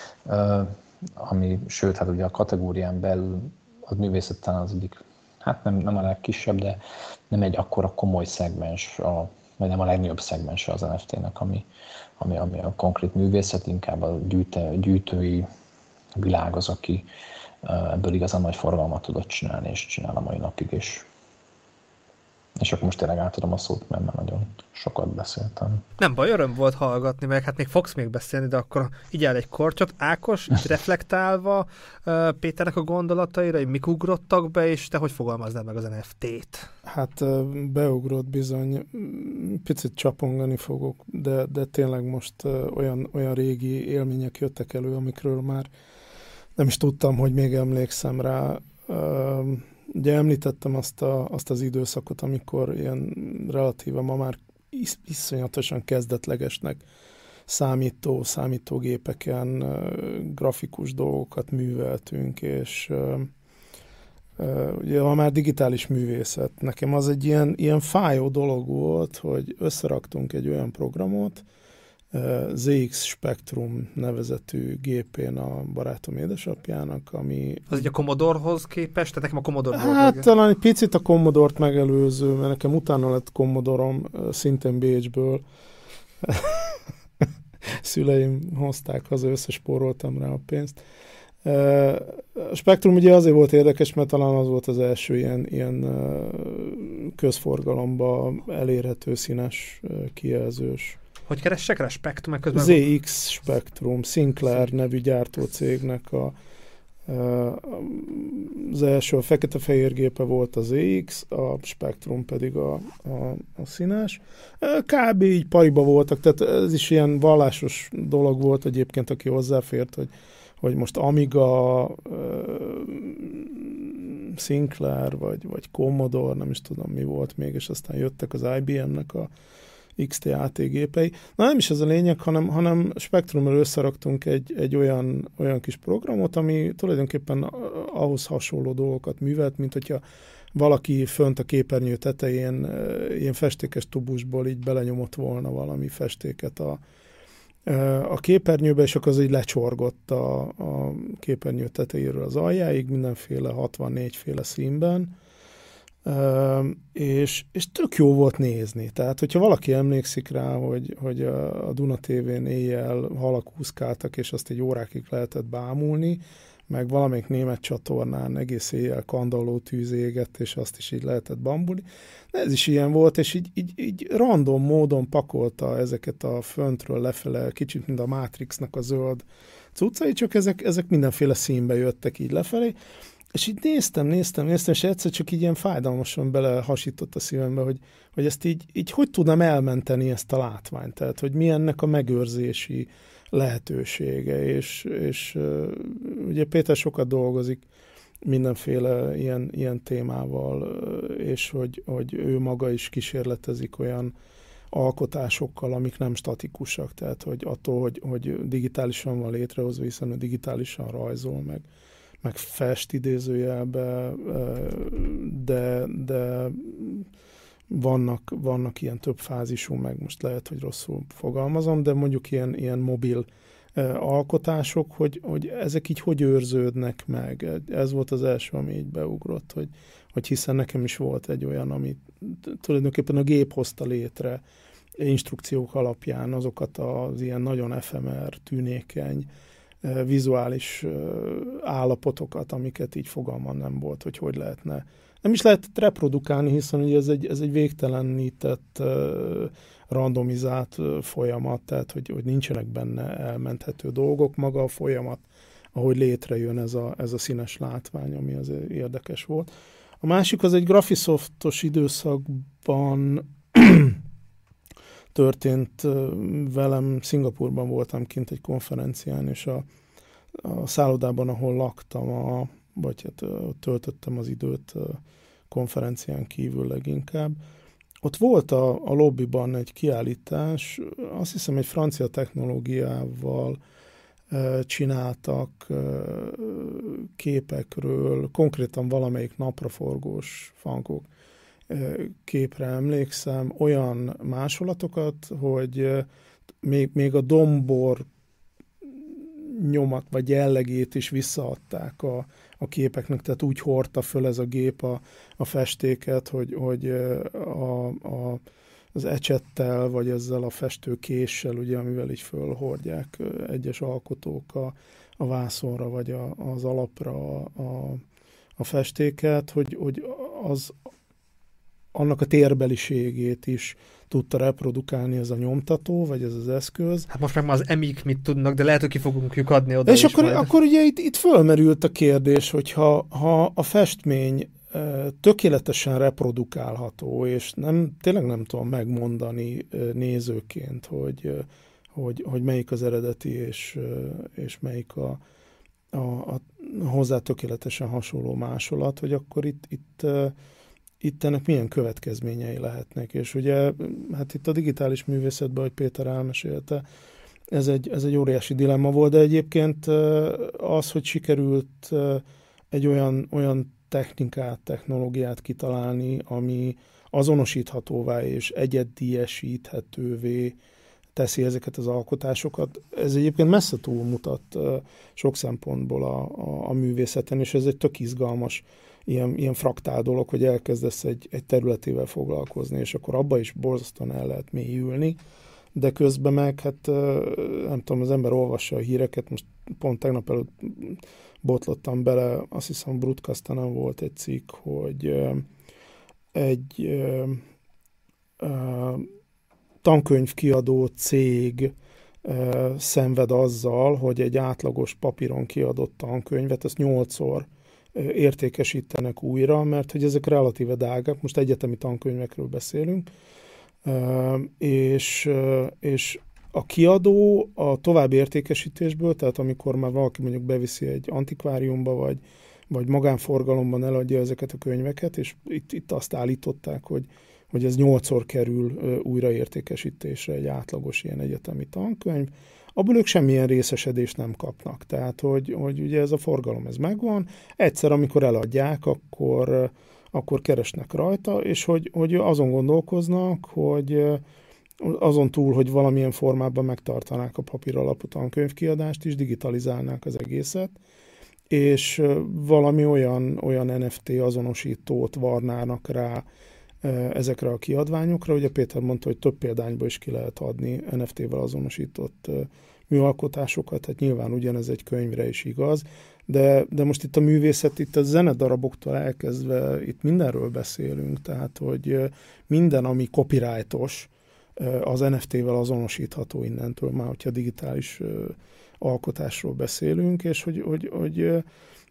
sőt, hát ugye a kategórián belül az művészet talán az egyik, hát nem a legkisebb, de nem egy akkora komoly szegmens, vagy nem a legnagyobb szegmense az NFT-nek, ami a konkrét művészet, inkább a gyűjtői világ az, aki ebből igazán nagy forgalmat tudott csinálni, és csinál a mai napig is. És akkor most tényleg átadom a szót, mert már nagyon sokat beszéltem. Nem baj, öröm volt hallgatni, meg hát még fogsz még beszélni, de akkor így áll egy korcsot. Ákos, így reflektálva Péternek a gondolataira, hogy mik ugrottak be, és te hogy fogalmaznád meg az NFT-t? Hát beugrott bizony, picit csapongani fogok, de tényleg most olyan régi élmények jöttek elő, amikről már nem is tudtam, hogy még emlékszem rá. Ugye említettem azt az időszakot, amikor ilyen relatíve ma már iszonyatosan kezdetlegesnek számítógépeken grafikus dolgokat műveltünk, és ugye ma már digitális művészet. Nekem az egy ilyen fájó dolog volt, hogy összeraktunk egy olyan programot, ZX Spectrum nevezetű gépén a barátom édesapjának, ami... Az így a Commodore-hoz képest? Tehát nekem a Commodore volt. Hát talán egy picit a Commodore-t megelőző, mert nekem utána lett Commodore-om, szintén Bécsből. Szüleim hozták haza, összespóroltam rá a pénzt. A Spectrum ugye azért volt érdekes, mert talán az volt az első ilyen közforgalomba elérhető színes kijelzős. Hogy keressek rá Spectrum? ZX Spectrum, Sinclair nevű gyártócégnek az első a fekete-fehér gépe volt az ZX, a Spectrum pedig a színes. Kb. Így pariba voltak, tehát ez is ilyen vallásos dolog volt egyébként, aki hozzáfért, hogy most Amiga, Sinclair, vagy Commodore, nem is tudom mi volt még, és aztán jöttek az IBM-nek a XT-AT gépei. Na nem is ez a lényeg, hanem Spectrumról összeraktunk egy olyan kis programot, ami tulajdonképpen ahhoz hasonló dolgokat művelt, mint hogyha valaki fönt a képernyő tetején ilyen festékes tubusból így belenyomott volna valami festéket a képernyőbe, és akkor az így lecsorgott a képernyő tetejéről az aljáig, mindenféle 64 féle színben, és tök jó volt nézni. Tehát, hogyha valaki emlékszik rá, hogy a Duna TV-n éjjel halak úszkáltak, és azt egy órákig lehetett bámulni, meg valamelyik német csatornán egész éjjel kandalló tűz égett, és azt is így lehetett bambulni. De ez is ilyen volt, és így random módon pakolta ezeket a föntről lefele, kicsit mint a Matrixnak a zöld cuccai, csak ezek mindenféle színbe jöttek így lefelé, és így néztem, és egyszer csak így ilyen fájdalmasan belehasított a szívembe, hogy ezt így hogy tudnám elmenteni ezt a látványt, tehát hogy mi ennek a megőrzési lehetősége, és ugye Péter sokat dolgozik mindenféle ilyen témával, és hogy ő maga is kísérletezik olyan alkotásokkal, amik nem statikusak, tehát hogy attól, hogy digitálisan van létrehozva, hiszen digitálisan rajzol, meg fest idézőjelbe, de vannak ilyen több fázisú, meg most lehet, hogy rosszul fogalmazom, de mondjuk ilyen mobil alkotások, hogy ezek így hogy őrződnek meg. Ez volt az első, ami így beugrott, hogy hiszen nekem is volt egy olyan, ami tulajdonképpen a gép hozta létre instrukciók alapján azokat az ilyen nagyon efemer, tűnékeny, vizuális állapotokat, amiket így fogalmam nem volt, hogy lehetne. Nem is lehetett reprodukálni, hiszen ugye ez egy végtelenített, randomizált folyamat, tehát hogy nincsenek benne elmenthető dolgok, maga a folyamat, ahogy létrejön ez a színes látvány, ami azért érdekes volt. A másik az egy Graphisoft-os időszakban történt velem, Szingapurban voltam kint egy konferencián, és a szállodában, ahol laktam, vagy hát töltöttem az időt konferencián kívül leginkább, ott volt a lobbyban egy kiállítás, azt hiszem egy francia technológiával csináltak képekről, konkrétan valamelyik napraforgós Van képre emlékszem, olyan másolatokat, hogy még a dombor nyomat vagy jellegét is visszaadták a képeknek, tehát úgy hordta föl ez a gép a festéket, hogy az ecsettel, vagy ezzel a festőkéssel, ugye, amivel így fölhordják egyes alkotók a vászonra, vagy az alapra a festéket, hogy az annak a térbeliségét is tudta reprodukálni ez a nyomtató, vagy ez az eszköz. Hát most meg már az emik mit tudnak, de lehet, hogy ki fogunk adni oda. És akkor ugye itt fölmerült a kérdés, hogy ha a festmény tökéletesen reprodukálható, és tényleg nem tudom megmondani nézőként, hogy melyik az eredeti, és melyik a hozzá tökéletesen hasonló másolat, hogy akkor itt ennek milyen következményei lehetnek. És ugye, hát itt a digitális művészetben, hogy Péter elmesélte, ez egy óriási dilemma volt, de egyébként az, hogy sikerült egy olyan technológiát kitalálni, ami azonosíthatóvá és egyeddiesíthetővé teszi ezeket az alkotásokat. Ez egyébként messze túlmutat sok szempontból a művészeten, és ez egy tök izgalmas ilyen fraktál dolog, hogy elkezdesz egy területével foglalkozni, és akkor abba is borzasztóan el lehet mélyülni, de közben meg, hát nem tudom, az ember olvassa a híreket, most pont tegnap előtt botlottam bele, azt hiszem Broadcasten volt egy cikk, hogy egy tankönyvkiadó cég szenved azzal, hogy egy átlagos papíron kiadott tankönyvet, ezt 8-szor értékesítenek újra, mert hogy ezek relatíve drágák, most egyetemi tankönyvekről beszélünk, és A kiadó a további értékesítésből, tehát amikor már valaki mondjuk beviszi egy antikváriumba, vagy magánforgalomban eladja ezeket a könyveket, és itt azt állították, hogy ez 8-szor kerül újraértékesítésre egy átlagos ilyen egyetemi tankönyv, abból ők semmilyen részesedést nem kapnak. Tehát, hogy ugye ez a forgalom, ez megvan, egyszer, amikor eladják, akkor keresnek rajta, és hogy azon gondolkoznak, hogy azon túl, hogy valamilyen formában megtartanák a papír alapú tankönyvkiadást is, digitalizálnák az egészet, és valami olyan NFT azonosítót varnának rá ezekre a kiadványokra. Ugye Péter mondta, hogy több példányba is ki lehet adni NFT-vel azonosított műalkotásokat, hát nyilván ugyanez egy könyvre is igaz, de most itt a művészet, itt a zenedaraboktól elkezdve itt mindenről beszélünk, tehát hogy minden, ami copyrightos, az NFT-vel azonosítható innentől, már hogyha digitális alkotásról beszélünk, és hogy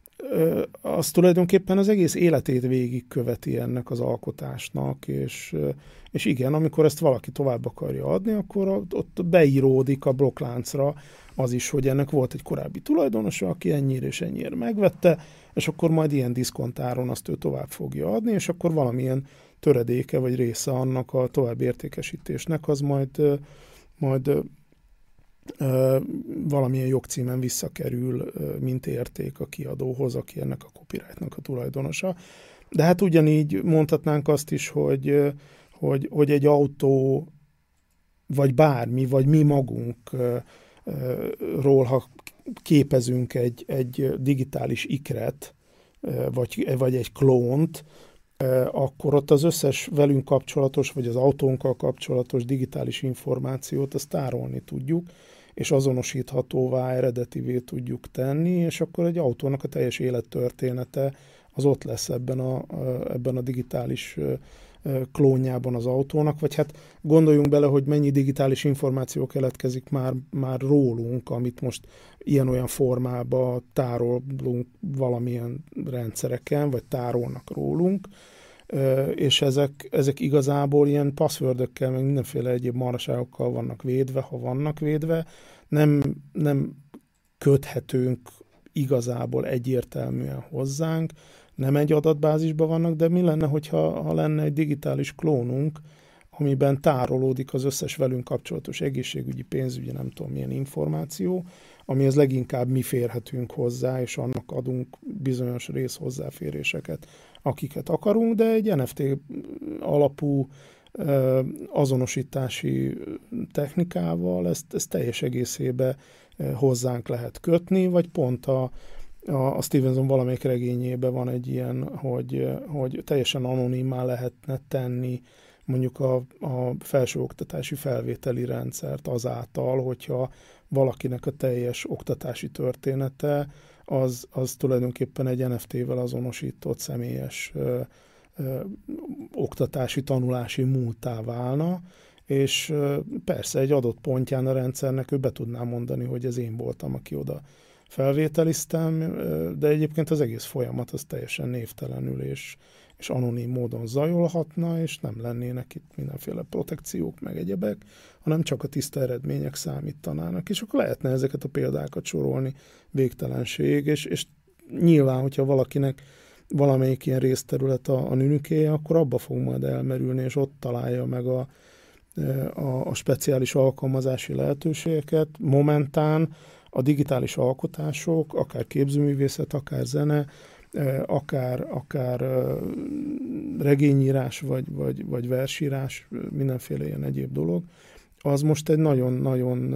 az tulajdonképpen az egész életét végigköveti ennek az alkotásnak, és igen, amikor ezt valaki tovább akarja adni, akkor ott beíródik a blokkláncra az is, hogy ennek volt egy korábbi tulajdonosa, aki ennyire és ennyire megvette, és akkor majd ilyen diszkontáron azt ő tovább fogja adni, és akkor valamilyen töredéke vagy része annak a további értékesítésnek, az majd valamilyen jogcímen visszakerül, mint érték a kiadóhoz, aki ennek a copyrightnak a tulajdonosa. De hát ugyanígy mondhatnánk azt is, hogy egy autó, vagy bármi, vagy mi magunkról, ha képezünk egy digitális ikret, vagy egy klónt, akkor ott az összes velünk kapcsolatos, vagy az autónkkal kapcsolatos digitális információt azt tárolni tudjuk, és azonosíthatóvá, eredetivé tudjuk tenni, és akkor egy autónak a teljes élettörténete az ott lesz ebben a digitális klónjában az autónak, vagy hát gondoljunk bele, hogy mennyi digitális információ keletkezik már rólunk, amit most ilyen-olyan formában tárolunk valamilyen rendszereken, vagy tárolnak rólunk, és ezek igazából ilyen passwordökkel, meg mindenféle egyéb marhaságokkal vannak védve, ha vannak védve, nem köthetőnk igazából egyértelműen hozzánk, nem egy adatbázisban vannak, de mi lenne, ha lenne egy digitális klónunk, amiben tárolódik az összes velünk kapcsolatos egészségügyi, pénzügyi, nem tudom milyen információ, amihez leginkább mi férhetünk hozzá, és annak adunk bizonyos rész hozzáféréseket, akiket akarunk, de egy NFT alapú azonosítási technikával ezt teljes egészébe hozzánk lehet kötni, vagy pont a Stevenson valamelyik regényében van egy ilyen, hogy teljesen anonimmá lehetne tenni mondjuk a felsőoktatási felvételi rendszert azáltal, hogyha valakinek a teljes oktatási története az tulajdonképpen egy NFT-vel azonosított személyes oktatási, tanulási múlttá válna, és persze egy adott pontján a rendszernek ő be tudná mondani, hogy ez én voltam, aki oda felvételiztem, de egyébként az egész folyamat az teljesen névtelenül és anonim módon zajolhatna, és nem lennének itt mindenféle protekciók, meg egyebek, hanem csak a tiszta eredmények számítanának, és akkor lehetne ezeket a példákat sorolni végtelenség, és nyilván, hogyha valakinek valamelyik ilyen részterület a nünükéje, akkor abba fog majd elmerülni, és ott találja meg a speciális alkalmazási lehetőségeket. Momentán a digitális alkotások, akár képzőművészet, akár zene, akár regényírás, vagy versírás, mindenféle ilyen egyéb dolog, az most egy nagyon-nagyon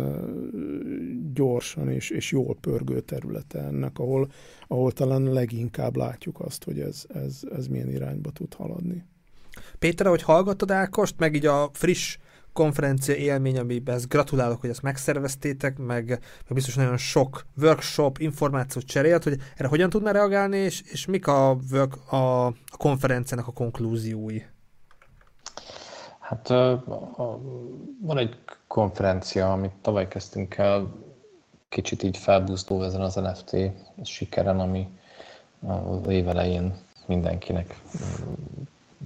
gyorsan és jól pörgő területe ennek, ahol talán leginkább látjuk azt, hogy ez milyen irányba tud haladni. Péter, ahogy hallgattad Ákost, meg így a friss konferencia élmény, amiben ezt gratulálok, hogy ezt megszerveztétek, meg biztos nagyon sok workshop, információt cserélt, hogy erre hogyan tudná reagálni, és mik a konferenciának a konklúziói? Hát van egy konferencia, amit tavaly kezdtünk el, kicsit így felbuzdulva ezen az NFT sikeren, ami az év elején mindenkinek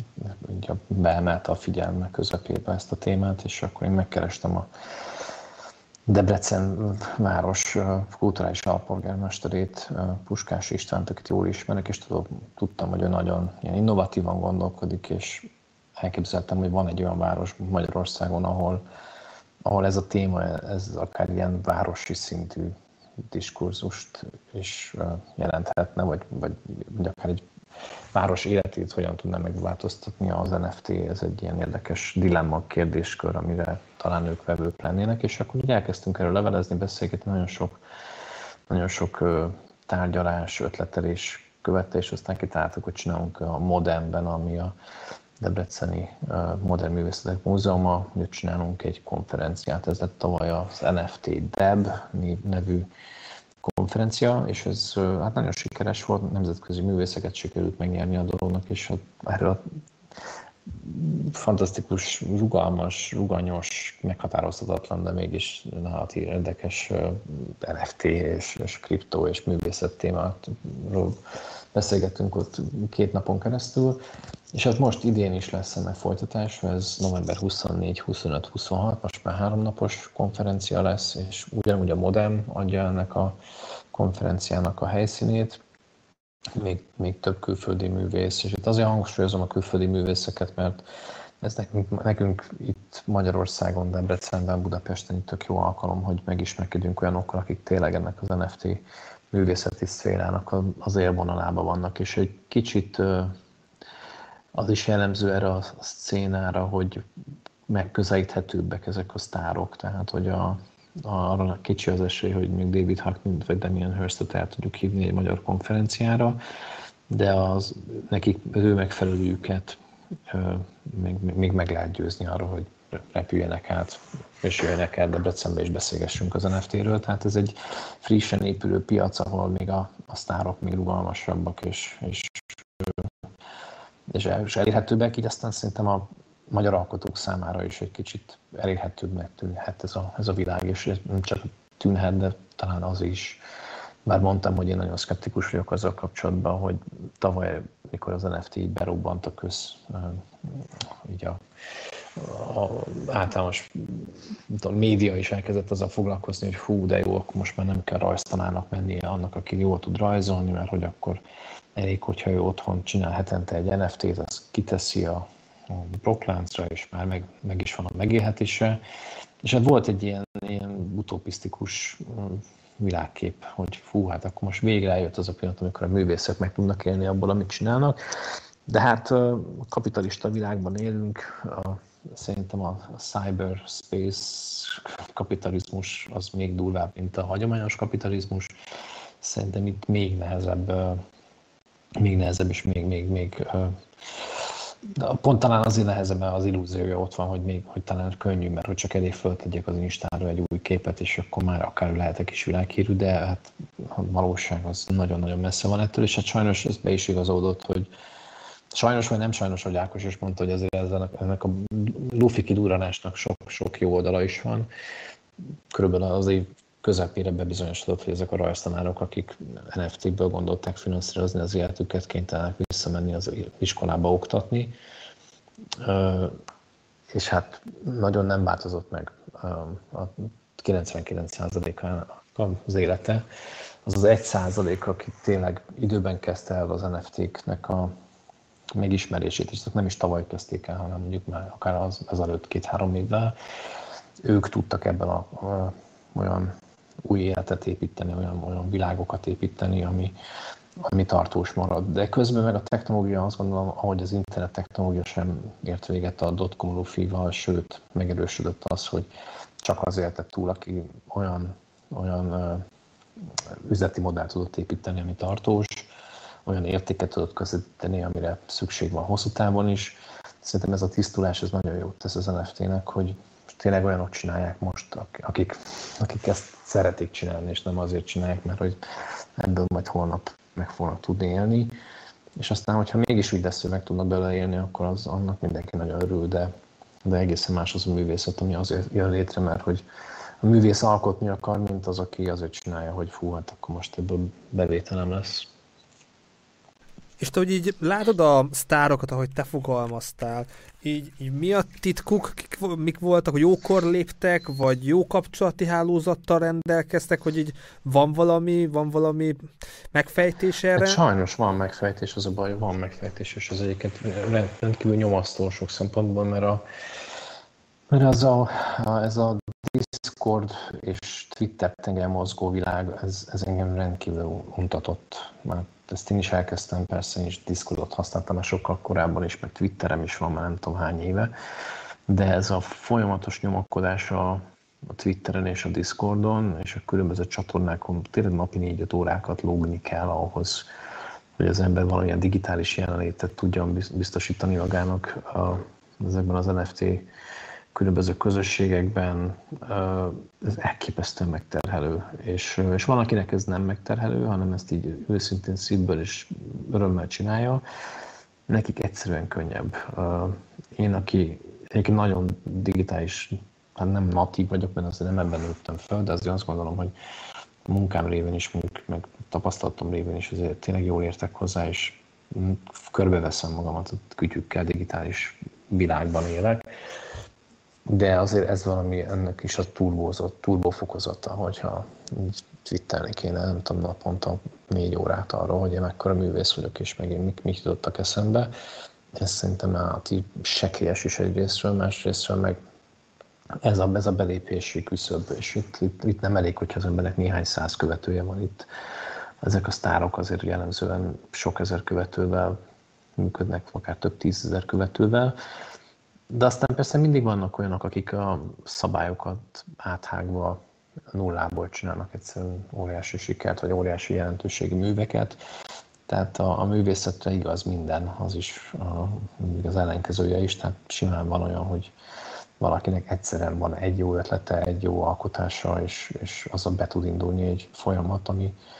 beemelte a figyelme közepébe ezt a témát, és akkor én megkerestem Debrecen város kulturális alpolgármesterét, Puskás Istvánt, akit jól ismerek, és tudtam, hogy ő nagyon ilyen innovatívan gondolkodik, és elképzeltem, hogy van egy olyan város Magyarországon, ahol ez a téma, ez akár ilyen városi szintű diskurzust is jelenthetne, vagy akár egy város életét hogyan tudná megváltoztatni az NFT, ez egy ilyen érdekes dilemma kérdéskör, amire talán ők vevők lennének, és akkor így elkezdtünk erről levelezni, beszélgetni, nagyon sok tárgyalás, ötletelés követte, és aztán kitaláltuk, hogy csinálunk a Modernben, ami a Debreceni Modern Művészetek Múzeuma, hogy csinálunk egy konferenciát, ez lett tavaly az NFT Deb nevű konferencia, és ez hát nagyon sikeres volt, nemzetközi művészeket sikerült megnyerni a dolognak, és erről a fantasztikus, rugalmas, ruganyos, meghatározhatatlan, de mégis érdekes NFT és kriptó és művészet témáról beszélgettünk ott 2 napon keresztül, és hát most idén is lesz ennek folytatása, ez november 24, 25, 26, most már 3 napos konferencia lesz, és ugyanúgy a Modern adja ennek a konferenciának a helyszínét, még több külföldi művész, és itt azért hangsúlyozom a külföldi művészeket, mert ez nekünk itt Magyarországon, Debrecenben, Budapesten itt tök jó alkalom, hogy megismerkedjünk olyanokkal, akik tényleg ennek az NFT művészeti szférának az élvonalában vannak, és egy kicsit az is jellemző erre a szcénára, hogy megközelíthetőbbek ezek a sztárok, tehát hogy arra kicsi az esély, hogy még David Hockney vagy Damien Hirstot el tudjuk hívni egy magyar konferenciára, de nekik ő megfelelőjüket még meg lehet győzni arra, hogy repüljenek át, és jöjjenek el Debrecenbe és beszélgessünk az NFT-ről. Tehát ez egy frissen épülő piac, ahol még a sztárok még rugalmasabbak és elérhetőbbek, így aztán szerintem a magyar alkotók számára is egy kicsit elérhetőbbnek tűnhet ez a világ, és nem csak tűnhet, de talán az is. Bár mondtam, hogy én nagyon szkeptikus vagyok azzal kapcsolatban, hogy tavaly, mikor az NFT így berobbant a így a általános média is elkezdett azzal foglalkozni, hogy hú, de jó, akkor most már nem kell rajztanának mennie annak, aki jól tud rajzolni, mert hogy akkor elég, hogyha ő otthon csinál hetente egy NFT-t, azt kiteszi a blokkláncra, és már meg is van a megélhetése. És hát volt egy ilyen utopisztikus világkép, hogy fú, hát akkor most végre eljött az a pillanat, amikor a művészek meg tudnak élni abból, amit csinálnak. De hát a kapitalista világban élünk, szerintem a cyberspace kapitalizmus az még durvább, mint a hagyományos kapitalizmus. Szerintem itt még nehezebb és még pont talán azért nehezebb, mert az illúziója ott van, hogy talán könnyű, mert hogy csak elég föltegyek az Instára egy új képet, és akkor már akár lehetek is világhírű, de hát a valóság az nagyon-nagyon messze van ettől, és hát sajnos ez be is igazódott, hogy sajnos vagy nem sajnos, hogy Ákos is mondta, hogy azért ennek a lufi kidurranásnak sok jó oldala is van. Körülbelül az év közepére bebizonyosodott, hogy ezek a rajztanárok, akik NFT-ből gondolták finanszírozni az életüket, kénytelenek visszamenni az iskolába oktatni. És hát nagyon nem változott meg a 99%-ának az élete. Az 1%, aki tényleg időben kezdte el az NFT-knek a megismerését, és nem is tavaly kezdték el, hanem mondjuk már akár ezelőtt 2-3 évvel, ők tudtak ebben olyan új életet építeni, olyan világokat építeni, ami tartós marad. De közben meg a technológia, azt gondolom, ahogy az internet technológia sem ért véget a dotcom lufival, sőt, megerősödött az, hogy csak az élte túl, aki olyan üzleti modellt tudott építeni, ami tartós, olyan értéket tudott közvetíteni, amire szükség van hosszú távon is. Szerintem ez a tisztulás ez nagyon jót tesz az NFT-nek, hogy tényleg olyanok csinálják most, akik ezt szeretik csinálni, és nem azért csinálják, mert hogy ebből majd holnap meg fognak tudni élni. És aztán, hogyha mégis úgy lesz, hogy meg tudnak belőle élni, akkor annak mindenki nagyon örül, de egészen más az a művészet, ami azért jön létre, mert hogy a művész alkotni akar, mint az, aki azért csinálja, hogy fú, hát akkor most ebből bevételem lesz. És te, hogy így látod a sztárokat, ahogy te fogalmaztál, így mi a titkuk, mik voltak, hogy jókor léptek, vagy jó kapcsolati hálózattal rendelkeztek, hogy így van valami megfejtés erre? Hát sajnos van megfejtés, az a baj, van megfejtés, és az egyébként rendkívül nyomasztó sok szempontból, mert ez a Discord és Twitter tengely mozgó világ, ez engem rendkívül untatott. Már ezt én is elkezdtem, persze én is Discordot használtam már sokkal korábban is, meg Twitterem is van már nem tudom hány éve, de ez a folyamatos nyomakodás a Twitteren és a Discordon, és a különböző csatornákon tényleg napi 4-5 órákat lógni kell ahhoz, hogy az ember valamilyen digitális jelenlétet tudjon biztosítani magának ezekben az NFT különböző közösségekben. Ez elképesztően megterhelő, és van, akinek ez nem megterhelő, hanem ezt így őszintén szívből és örömmel csinálja, nekik egyszerűen könnyebb. Én, aki egyébként nagyon digitális, hát nem natív vagyok, mert azért nem ebben nőttem fel, de azért azt gondolom, hogy a munkám révén is, meg tapasztalatom révén is azért tényleg jól értek hozzá, és körbeveszem magamat a kütyükkel, digitális világban élek. De azért ez valami ennek is a turbófokozata, hogyha twittelni kéne, nem tudom, naponta 4 órát arról, hogy én mekkora művész vagyok, és megint mik jutottak eszembe. Ez szerintem állati sekélyes is egyrésztről, másrésztről meg ez a belépési küszöb, és itt nem elég, hogyha az embernek néhány száz követője van itt. Ezek a sztárok azért jellemzően sok ezer követővel működnek, akár több 10 000 követővel. De aztán persze mindig vannak olyanok, akik a szabályokat áthágva nullából csinálnak egyszerűen óriási sikert, vagy óriási jelentőségi műveket. Tehát a művészetre igaz minden, az is az ellenkezője is. Tehát simán van olyan, hogy valakinek egyszerűen van egy jó ötlete, egy jó alkotása, és azzal be tud indulni egy folyamat,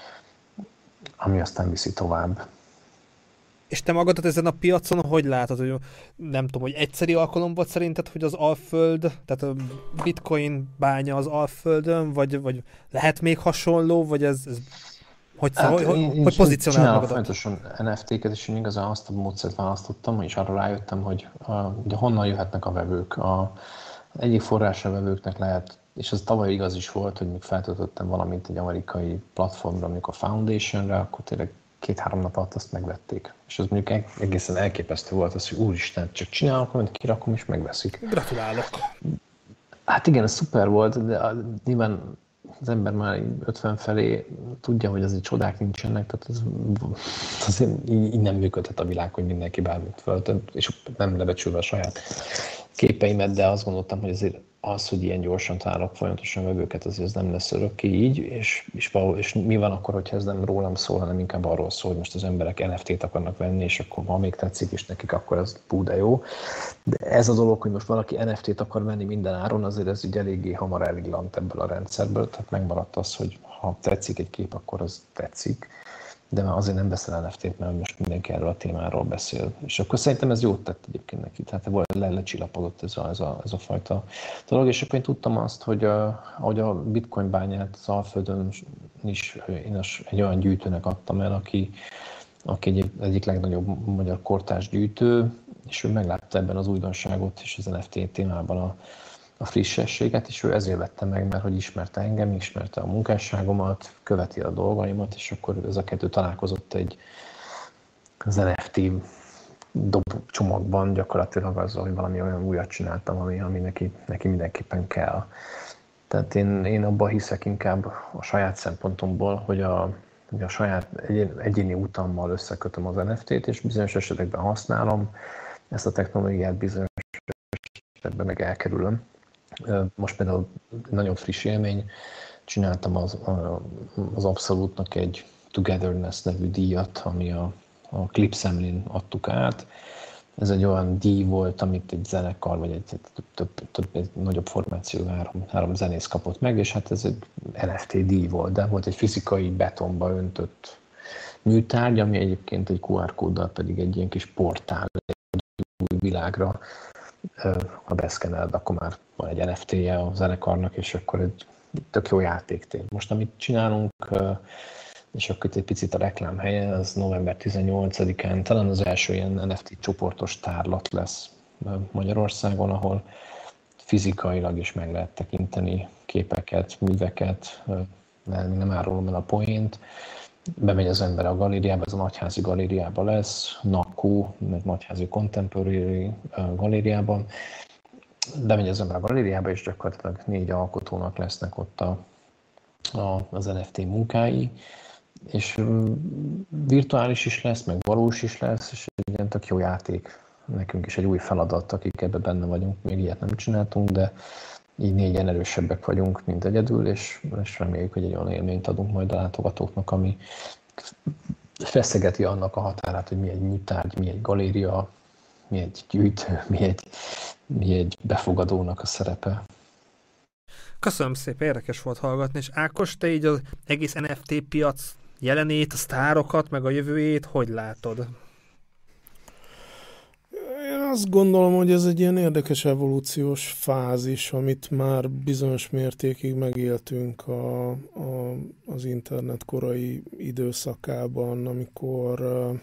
ami aztán viszi tovább. És te magadat ezen a piacon hogy látod, hogy nem tudom, hogy egyszeri alkalom volt szerinted, hogy az Alföld, tehát a bitcoin bánya az Alföldön, vagy lehet még hasonló, vagy ez hogy pozícionálod magadat? Fontosan NFT-ket, és én igazán azt a módszert választottam, és arra rájöttem, hogy ugye honnan jöhetnek a vevők. Egyik forrása a vevőknek lehet, és ez tavaly igaz is volt, hogy még feltöltöttem valamint egy amerikai platformra, amikor a Foundationre, akkor tényleg 2-3 nap alatt azt megvették. És az mondjuk egészen elképesztő volt az, hogy úristen, csak csinálok, amit kirakom, és megveszik. Gratulálok! Hát igen, ez szuper volt, de nyilván az ember már 50 felé tudja, hogy azért csodák nincsenek, tehát azért így nem működhet a világ, hogy mindenki bármit föltönt, és nem lebecsülve a saját képeimet, de azt gondoltam, hogy azért az, hogy ilyen gyorsan találok folyamatosan vevőket, azért ez nem lesz örökké így, és mi van akkor, hogyha ez nem rólam szól, hanem inkább arról szól, hogy most az emberek NFT-t akarnak venni, és akkor ha még tetszik is nekik, akkor ez de jó. De ez a dolog, hogy most valaki NFT-t akar venni minden áron, azért ez így eléggé hamar elvillant ebből a rendszerből, tehát megmaradt az, hogy ha tetszik egy kép, akkor az tetszik. De már azért nem veszel NFT-t, mert most mindenki erről a témáról beszél. És akkor szerintem ez jót tett egyébként neki. Tehát lecsillapodott ez a fajta dolog. És akkor én tudtam azt, hogy ahogy a bitcoin bányát az Alföldön is én egy olyan gyűjtőnek adtam el, aki egyik legnagyobb magyar kortárs gyűjtő, és ő meglátta ebben az újdonságot és az NFT témában a frissességet, és ő ezért vette meg, mert hogy ismerte engem, ismerte a munkásságomat, követi a dolgaimat, és akkor ez a kettő találkozott az NFT dobcsomagban gyakorlatilag azzal, hogy valami olyan újat csináltam, ami neki mindenképpen kell. Tehát én abban hiszek inkább a saját szempontomból, hogy a saját egyéni utammal összekötöm az NFT-t, és bizonyos esetekben használom, ezt a technológiát bizonyos esetekben meg elkerülöm. Most például nagyon friss élmény, csináltam az Absolutnak egy Togetherness nevű díjat, ami a Clipsemlin adtuk át. Ez egy olyan díj volt, amit egy zenekar, vagy egy nagyobb formáció, három zenész kapott meg, és hát ez egy NFT díj volt, de volt egy fizikai betonba öntött műtárgy, ami egyébként egy QR kóddal pedig egy ilyen kis portál egy új világra. Ha beszkeneled, akkor már van egy NFT-je a zenekarnak, és akkor egy tök jó játéktér. Most amit csinálunk, és akkor itt egy picit a reklám helye, az november 18-án talán az első ilyen NFT csoportos tárlat lesz Magyarországon, ahol fizikailag is meg lehet tekinteni képeket, műveket, nem árulom el a poént. Bemegy az ember a galériába, ez a Nagyházi galériában lesz, NACO, meg Nagyházi Contemporary galériában. Bemegy az ember a galériába, és gyakorlatilag 4 alkotónak lesznek ott az NFT munkái, és virtuális is lesz, meg valós is lesz, és egy ilyen tök jó játék. Nekünk is egy új feladat, akik ebben benne vagyunk, még ilyet nem csináltunk, de így 4-en erősebbek vagyunk, mint egyedül, és reméljük, hogy egy olyan élményt adunk majd a látogatóknak, ami feszegeti annak a határát, hogy mi egy műtárgy, mi egy galéria, mi egy gyűjtő, mi egy befogadónak a szerepe. Köszönöm szépen, érdekes volt hallgatni, és Ákos, te így az egész NFT piac jelenét, a sztárokat, meg a jövőjét hogy látod? Én azt gondolom, hogy ez egy ilyen érdekes evolúciós fázis, amit már bizonyos mértékig megéltünk az internet korai időszakában, amikor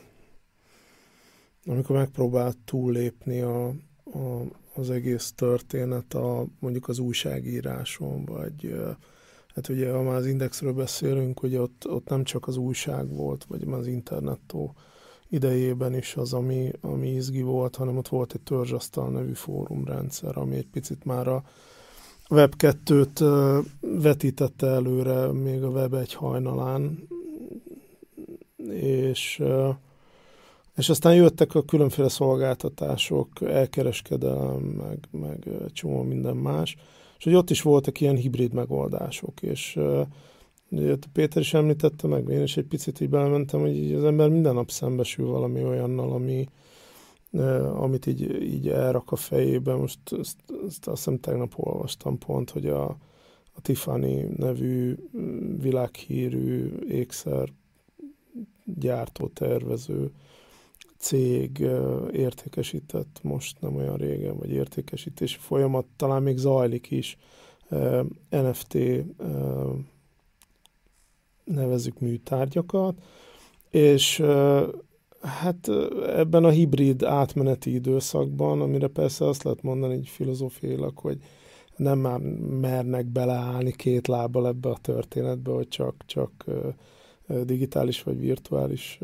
megpróbált túllépni az egész történet mondjuk az újságíráson, vagy hát ugye, ha már az Indexről beszélünk, hogy ott nem csak az újság volt, vagy az internettó idejében is az, ami izgi volt, hanem ott volt egy törzsasztal nevű fórumrendszer, ami egy picit már a Web2-t vetítette előre még a Web1 hajnalán, és aztán jöttek a különféle szolgáltatások, elkereskedelem, meg csomó minden más, és hogy ott is voltak ilyen hibrid megoldások, és Péter is említette meg, én is egy picit így belementem, hogy az ember minden nap szembesül valami olyannal, amit így elrak a fejébe. Most ezt azt hiszem tegnap olvastam pont, hogy a Tiffany nevű világhírű ékszer gyártó, tervező cég értékesített most nem olyan régen, vagy értékesítési folyamat, talán még zajlik is, NFT nevezzük műtárgyakat, és hát ebben a hibrid átmeneti időszakban, amire persze azt lehet mondani így filozófiailag, hogy nem már mernek beleállni 2 lábbal ebbe a történetbe, hogy csak digitális vagy virtuális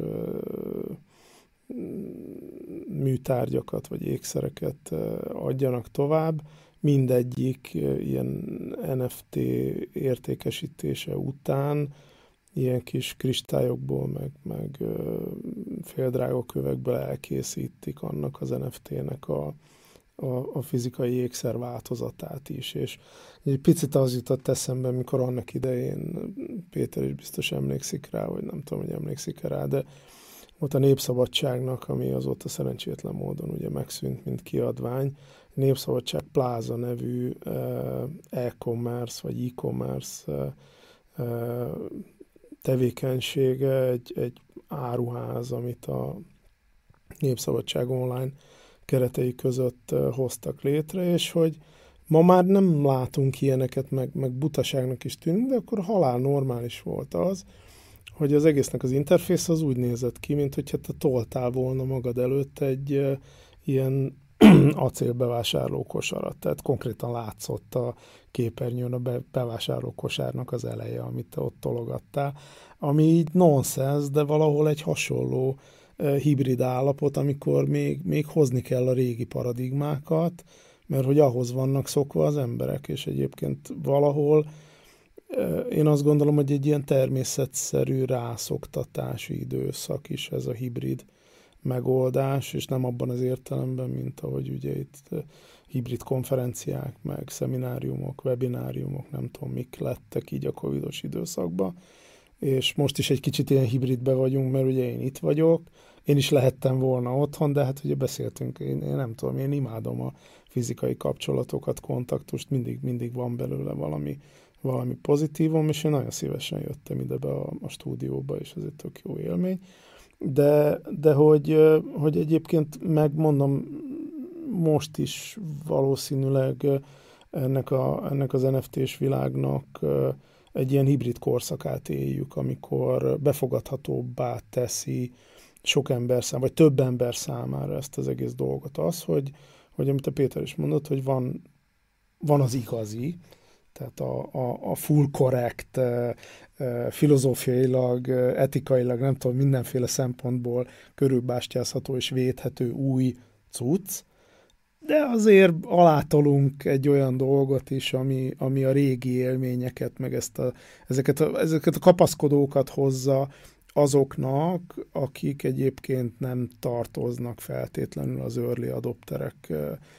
műtárgyakat vagy ékszereket adjanak tovább. Mindegyik ilyen NFT értékesítése után ilyen kis kristályokból, meg féldrága kövekből elkészítik annak az NFT-nek a fizikai ékszer változatát is. És egy picit az jutott eszembe, mikor annak idején, Péter is biztos emlékszik rá, vagy nem tudom, hogy emlékszik rá, de volt a Népszabadságnak, ami azóta szerencsétlen módon ugye megszűnt, mint kiadvány, Népszabadság Plaza nevű e-commerce vagy e-commerce tevékenysége, egy áruház, amit a Népszabadság online keretei között hoztak létre, és hogy ma már nem látunk ilyeneket, meg butaságnak is tűnik, de akkor halál normális volt az, hogy az egésznek az interfész az úgy nézett ki, mint hogyha te toltál volna magad előtt egy ilyen acélbevásárlókosarat. Tehát konkrétan látszott a képernyőn a bevásárlókosárnak az eleje, amit te ott tologattál, ami így nonsens, de valahol egy hasonló hibrid állapot, amikor még hozni kell a régi paradigmákat, mert hogy ahhoz vannak szokva az emberek, és egyébként valahol én azt gondolom, hogy egy ilyen természetszerű rászoktatási időszak is ez a hibrid megoldás, és nem abban az értelemben, mint ahogy ugye itt hibrid konferenciák, meg szemináriumok, webináriumok, nem tudom mik lettek így a covidos időszakban, és most is egy kicsit ilyen hibridbe vagyunk, mert ugye én itt vagyok, én is lehettem volna otthon, de hát ugye beszéltünk, én nem tudom, én imádom a fizikai kapcsolatokat, kontaktust, mindig van belőle valami pozitívum, és én nagyon szívesen jöttem ide be a stúdióba, és ez egy tök jó élmény. De hogy egyébként megmondom, most is valószínűleg ennek az NFT-s világnak egy ilyen hibrid korszakát éljük, amikor befogadhatóbbá teszi sok ember számára, vagy több ember számára ezt az egész dolgot. Az, hogy amit a Péter is mondott, hogy van az igazi, tehát a full correct, filozófiailag, etikailag, nem tudom, mindenféle szempontból körülbástyázható és védhető új cucc, de azért alátolunk egy olyan dolgot is, ami a régi élményeket, meg ezeket a kapaszkodókat hozza azoknak, akik egyébként nem tartoznak feltétlenül az early adopterek,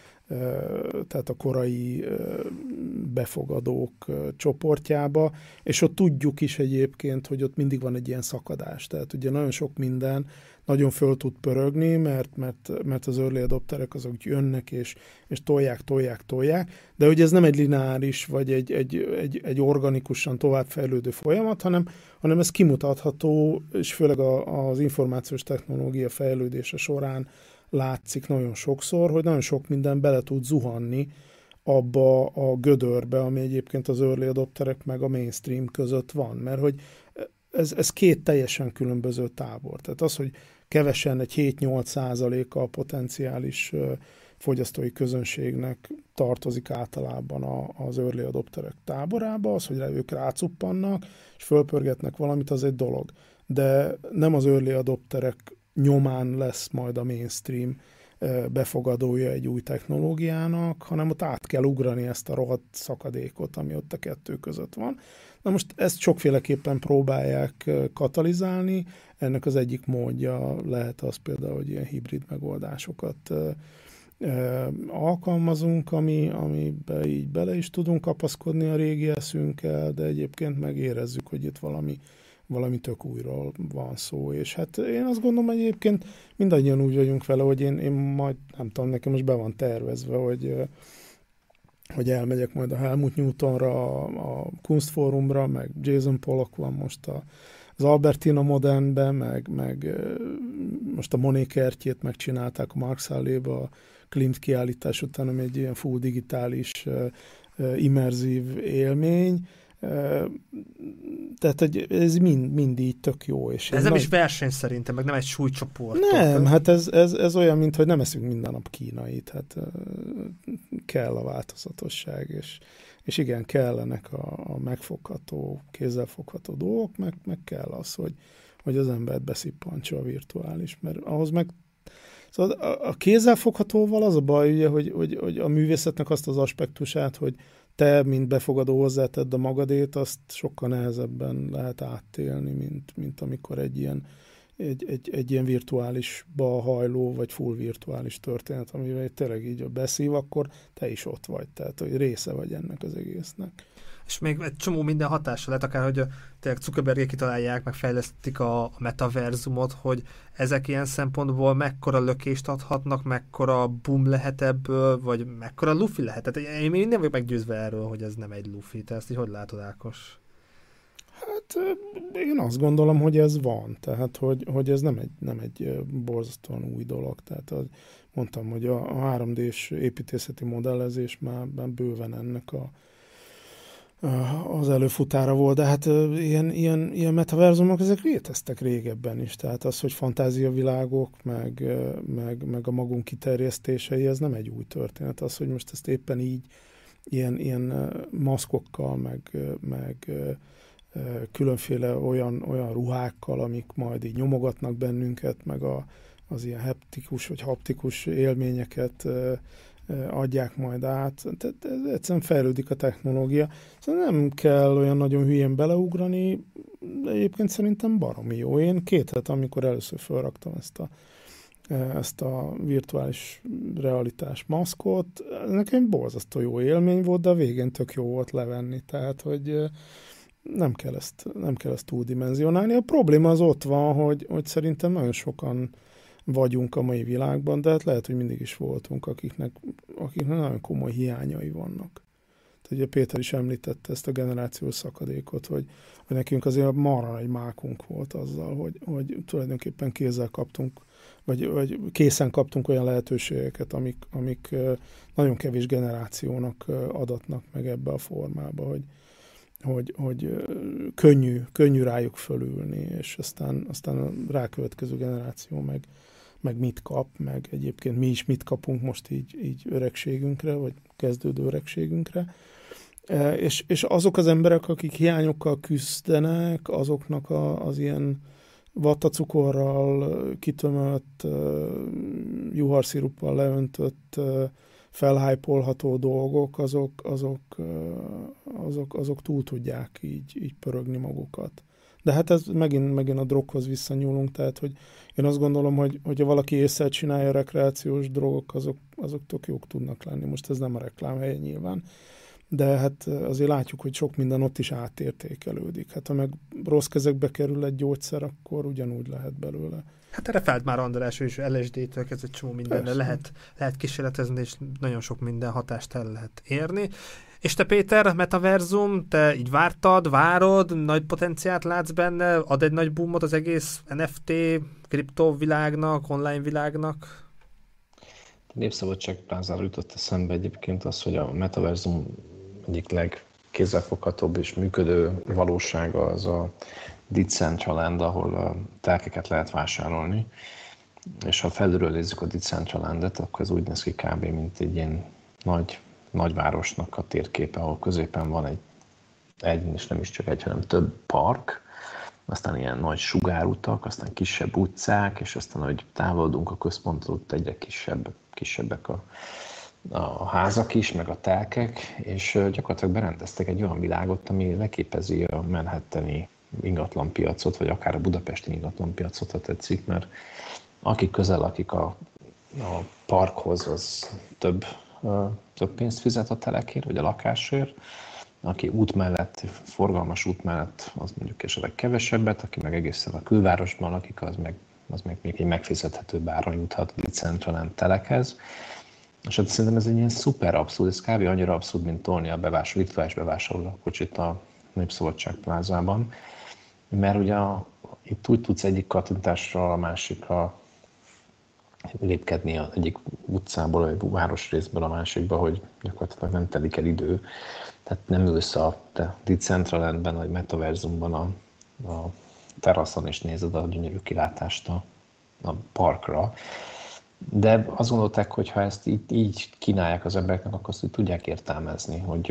tehát a korai befogadók csoportjába, és ott tudjuk is egyébként, hogy ott mindig van egy ilyen szakadás. Tehát ugye nagyon sok minden nagyon föl tud pörögni, mert az early adopterek azok jönnek, és tolják, de ugye ez nem egy lineáris, vagy egy organikusan továbbfejlődő folyamat, hanem ez kimutatható, és főleg az információs technológia fejlődése során látszik nagyon sokszor, hogy nagyon sok minden bele tud zuhanni abba a gödörbe, ami egyébként az early adopterek meg a mainstream között van. Mert hogy ez két teljesen különböző tábor. Tehát az, hogy kevesen, egy 7-8% a potenciális fogyasztói közönségnek tartozik általában az early adopterek táborába, az, hogy ők rácuppannak, és fölpörgetnek valamit, az egy dolog. De nem az early adopterek nyomán lesz majd a mainstream befogadója egy új technológiának, hanem ott át kell ugrani ezt a rohadt szakadékot, ami ott a kettő között van. Na most ezt sokféleképpen próbálják katalizálni, ennek az egyik módja lehet az például, hogy ilyen hibrid megoldásokat alkalmazunk, amiben így bele is tudunk kapaszkodni a régi eszünkkel, de egyébként megérezzük, hogy itt valami tök újról van szó, és hát én azt gondolom, egyébként mindannyian úgy vagyunk vele, hogy én majd, nem tudom, nekem most be van tervezve, hogy elmegyek majd a Helmut Newtonra, a Kunstforumra, meg Jason Pollock van most az Albertina Modernben, meg most a Monet kertjét megcsinálták a Marx Hallébe a Klimt kiállítás után, ami egy ilyen full digitális, immerzív élmény. Tehát ez mind így tök jó. És ez nem is verseny szerintem, meg nem egy súlycsoport. Nem, hát ez olyan, mint hogy nem eszünk minden nap kínait. Hát kell a változatosság, és igen, kellenek a megfogható, kézzelfogható dolgok, meg kell az, hogy az embert beszippantsa a virtuális, mert ahhoz meg szóval a kézzelfoghatóval az a baj, ugye, hogy a művészetnek azt az aspektusát, hogy te, mint befogadó hozzátedd a magadét, azt sokkal nehezebben lehet áttélni, mint amikor egy ilyen virtuálisba hajló, vagy full virtuális történet, amivel tényleg így beszív, akkor te is ott vagy, tehát hogy része vagy ennek az egésznek. És még egy csomó minden hatása lehet, akár, hogy tényleg Zuckerbergék kitalálják, meg fejlesztik a metaverzumot, hogy ezek ilyen szempontból mekkora lökést adhatnak, mekkora boom lehet ebből, vagy mekkora lufi lehet. Tehát én nem vagyok meggyőzve erről, hogy ez nem egy lufi. Te ezt így hogy látod, Ákos? Hát én azt gondolom, hogy ez van. Tehát, hogy ez nem egy borzasztóan új dolog. Tehát mondtam, hogy a 3D-s építészeti modellezés már bőven ennek az előfutára volt, de hát ilyen metaverzumok, ezek léteztek régebben is. Tehát az, hogy fantáziavilágok, meg a magunk kiterjesztései, ez nem egy új történet. Az, hogy most ezt éppen így ilyen maszkokkal, meg különféle olyan ruhákkal, amik majd így nyomogatnak bennünket, meg az ilyen heptikus vagy haptikus élményeket adják majd át. Tehát egyszerűen fejlődik a technológia. Szóval nem kell olyan nagyon hülyén beleugrani, de egyébként szerintem baromi jó. Én 2 hét, amikor először felraktam ezt a virtuális realitás maszkot, nekem borzasztó jó élmény volt, de a végén tök jó volt levenni. Tehát, hogy nem kell ezt túldimenzionálni. A probléma az ott van, hogy szerintem nagyon sokan vagyunk a mai világban, de hát lehet, hogy mindig is voltunk, akiknek nagyon komoly hiányai vannak. Tehát ugye Péter is említette ezt a generációs szakadékot, hogy nekünk azért marha egy mákunk volt azzal, hogy tulajdonképpen kézzel kaptunk, vagy készen kaptunk olyan lehetőségeket, amik nagyon kevés generációnak adatnak meg ebbe a formába, hogy hogy könnyű rájuk fölülni, és aztán a rákövetkező generáció meg mit kap, meg egyébként mi is mit kapunk most így öregségünkre, vagy kezdődő öregségünkre. És azok az emberek, akik hiányokkal küzdenek, azoknak az ilyen vattacukorral kitömött, juharsziruppal leöntött, felhájpolható dolgok, azok túl tudják így pörögni magukat. De hát ez megint a droghoz visszanyúlunk, tehát hogy én azt gondolom, hogy ha valaki észre csinálja a rekreációs drogok, azok tök jók tudnak lenni. Most ez nem a reklámhelye nyilván, de hát azért látjuk, hogy sok minden ott is átértékelődik. Hát ha meg rossz kezekbe kerül egy gyógyszer, akkor ugyanúgy lehet belőle. Hát erre felt már András, és LSD-től kezdve egy csomó mindenre lehet kísérletezni, és nagyon sok minden hatást el lehet érni. És te, Péter, metaverzum, te így várod, nagy potenciált látsz benne, ad egy nagy boomot az egész NFT, kriptovilágnak, online világnak? A Népszabadság plázáról jutott eszembe egyébként az, hogy a metaverzum egyik legkézzelfoghatóbb és működő valósága az a Decentraland, ahol a telkeket lehet vásárolni. És ha felülről nézzük a Decentralandet, akkor ez úgy néz ki kb. Mint egy ilyen nagyvárosnak a térképe, ahol középen van egy és nem is csak egy, hanem több park, aztán ilyen nagy sugárutak, aztán kisebb utcák, és aztán, ahogy távolodunk a központtól, ott egyre kisebbek a házak is, meg a telkek, és gyakorlatilag berendeztek egy olyan világot, ami leképezi a manhattani ingatlanpiacot, vagy akár a budapesti ingatlanpiacot, ha tetszik, mert aki közel lakik a parkhoz, az több pénzt fizet a telekért, vagy a lakásért. Aki forgalmas út mellett, az mondjuk esetleg kevesebbet, aki meg egészen a külvárosban lakik, az meg még egy megfizethetőbb áron juthat a Decentraland telekhez. És hát szerintem ez egy ilyen szuper abszurd, ez kb. Annyira abszurd, mint tolni a virtuális bevásárlókocsit a Népszabadság plázában. Mert ugye itt úgy tudsz egyik kattintásra a másikra lépkedni egyik utcából, vagy városrészből a másikba, hogy gyakorlatilag nem telik el idő. Tehát nem ülsz a Decentralandben, vagy metaverzumban a teraszon, és nézed a gyönyörű kilátást a parkra. De azt gondolták, hogy ha ezt így kínálják az embereknek, akkor azt tudják értelmezni, hogy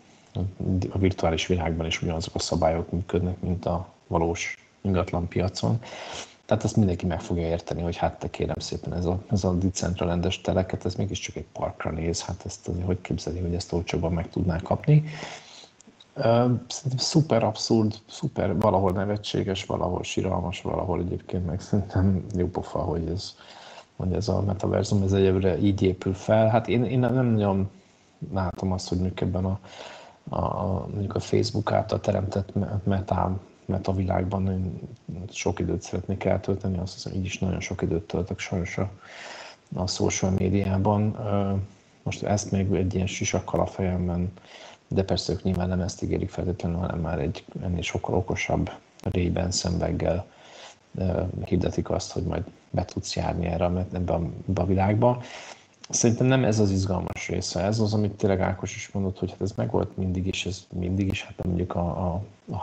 a virtuális világban is ugyanazok a szabályok működnek, mint a valós ingatlanpiacon. Tehát ezt mindenki meg fogja érteni, hogy hát te kérem szépen, ez a Decentralandes teleket, ez mégiscsak egy parkra néz, hát ezt hogy képzeli, hogy ezt olcsóbban meg tudnál kapni. Szerintem szuper abszurd, szuper, valahol nevetséges, valahol siralmas, valahol egyébként meg szerintem jó pofa, hogy ez a metaverzum, ez egyébként így épül fel. Hát én nem nagyon látom azt, hogy mondjuk ebben mondjuk a Facebook által teremtett metavilágban én sok időt szeretnék eltölteni, azt hiszem, így is nagyon sok időt töltök sajnos a social médiában. Most ezt még egy ilyen sisakkal a fejemben, de persze ők nyilván nem ezt ígérik feltétlenül, hanem már egy ennél sokkal okosabb Ray-Ban szemüveggel hirdetik azt, hogy majd be tudsz járni ebbe a világba. Szerintem nem ez az izgalmas része, ez az, amit tényleg Ákos is mondott, hogy hát ez meg volt mindig is, hát mondjuk a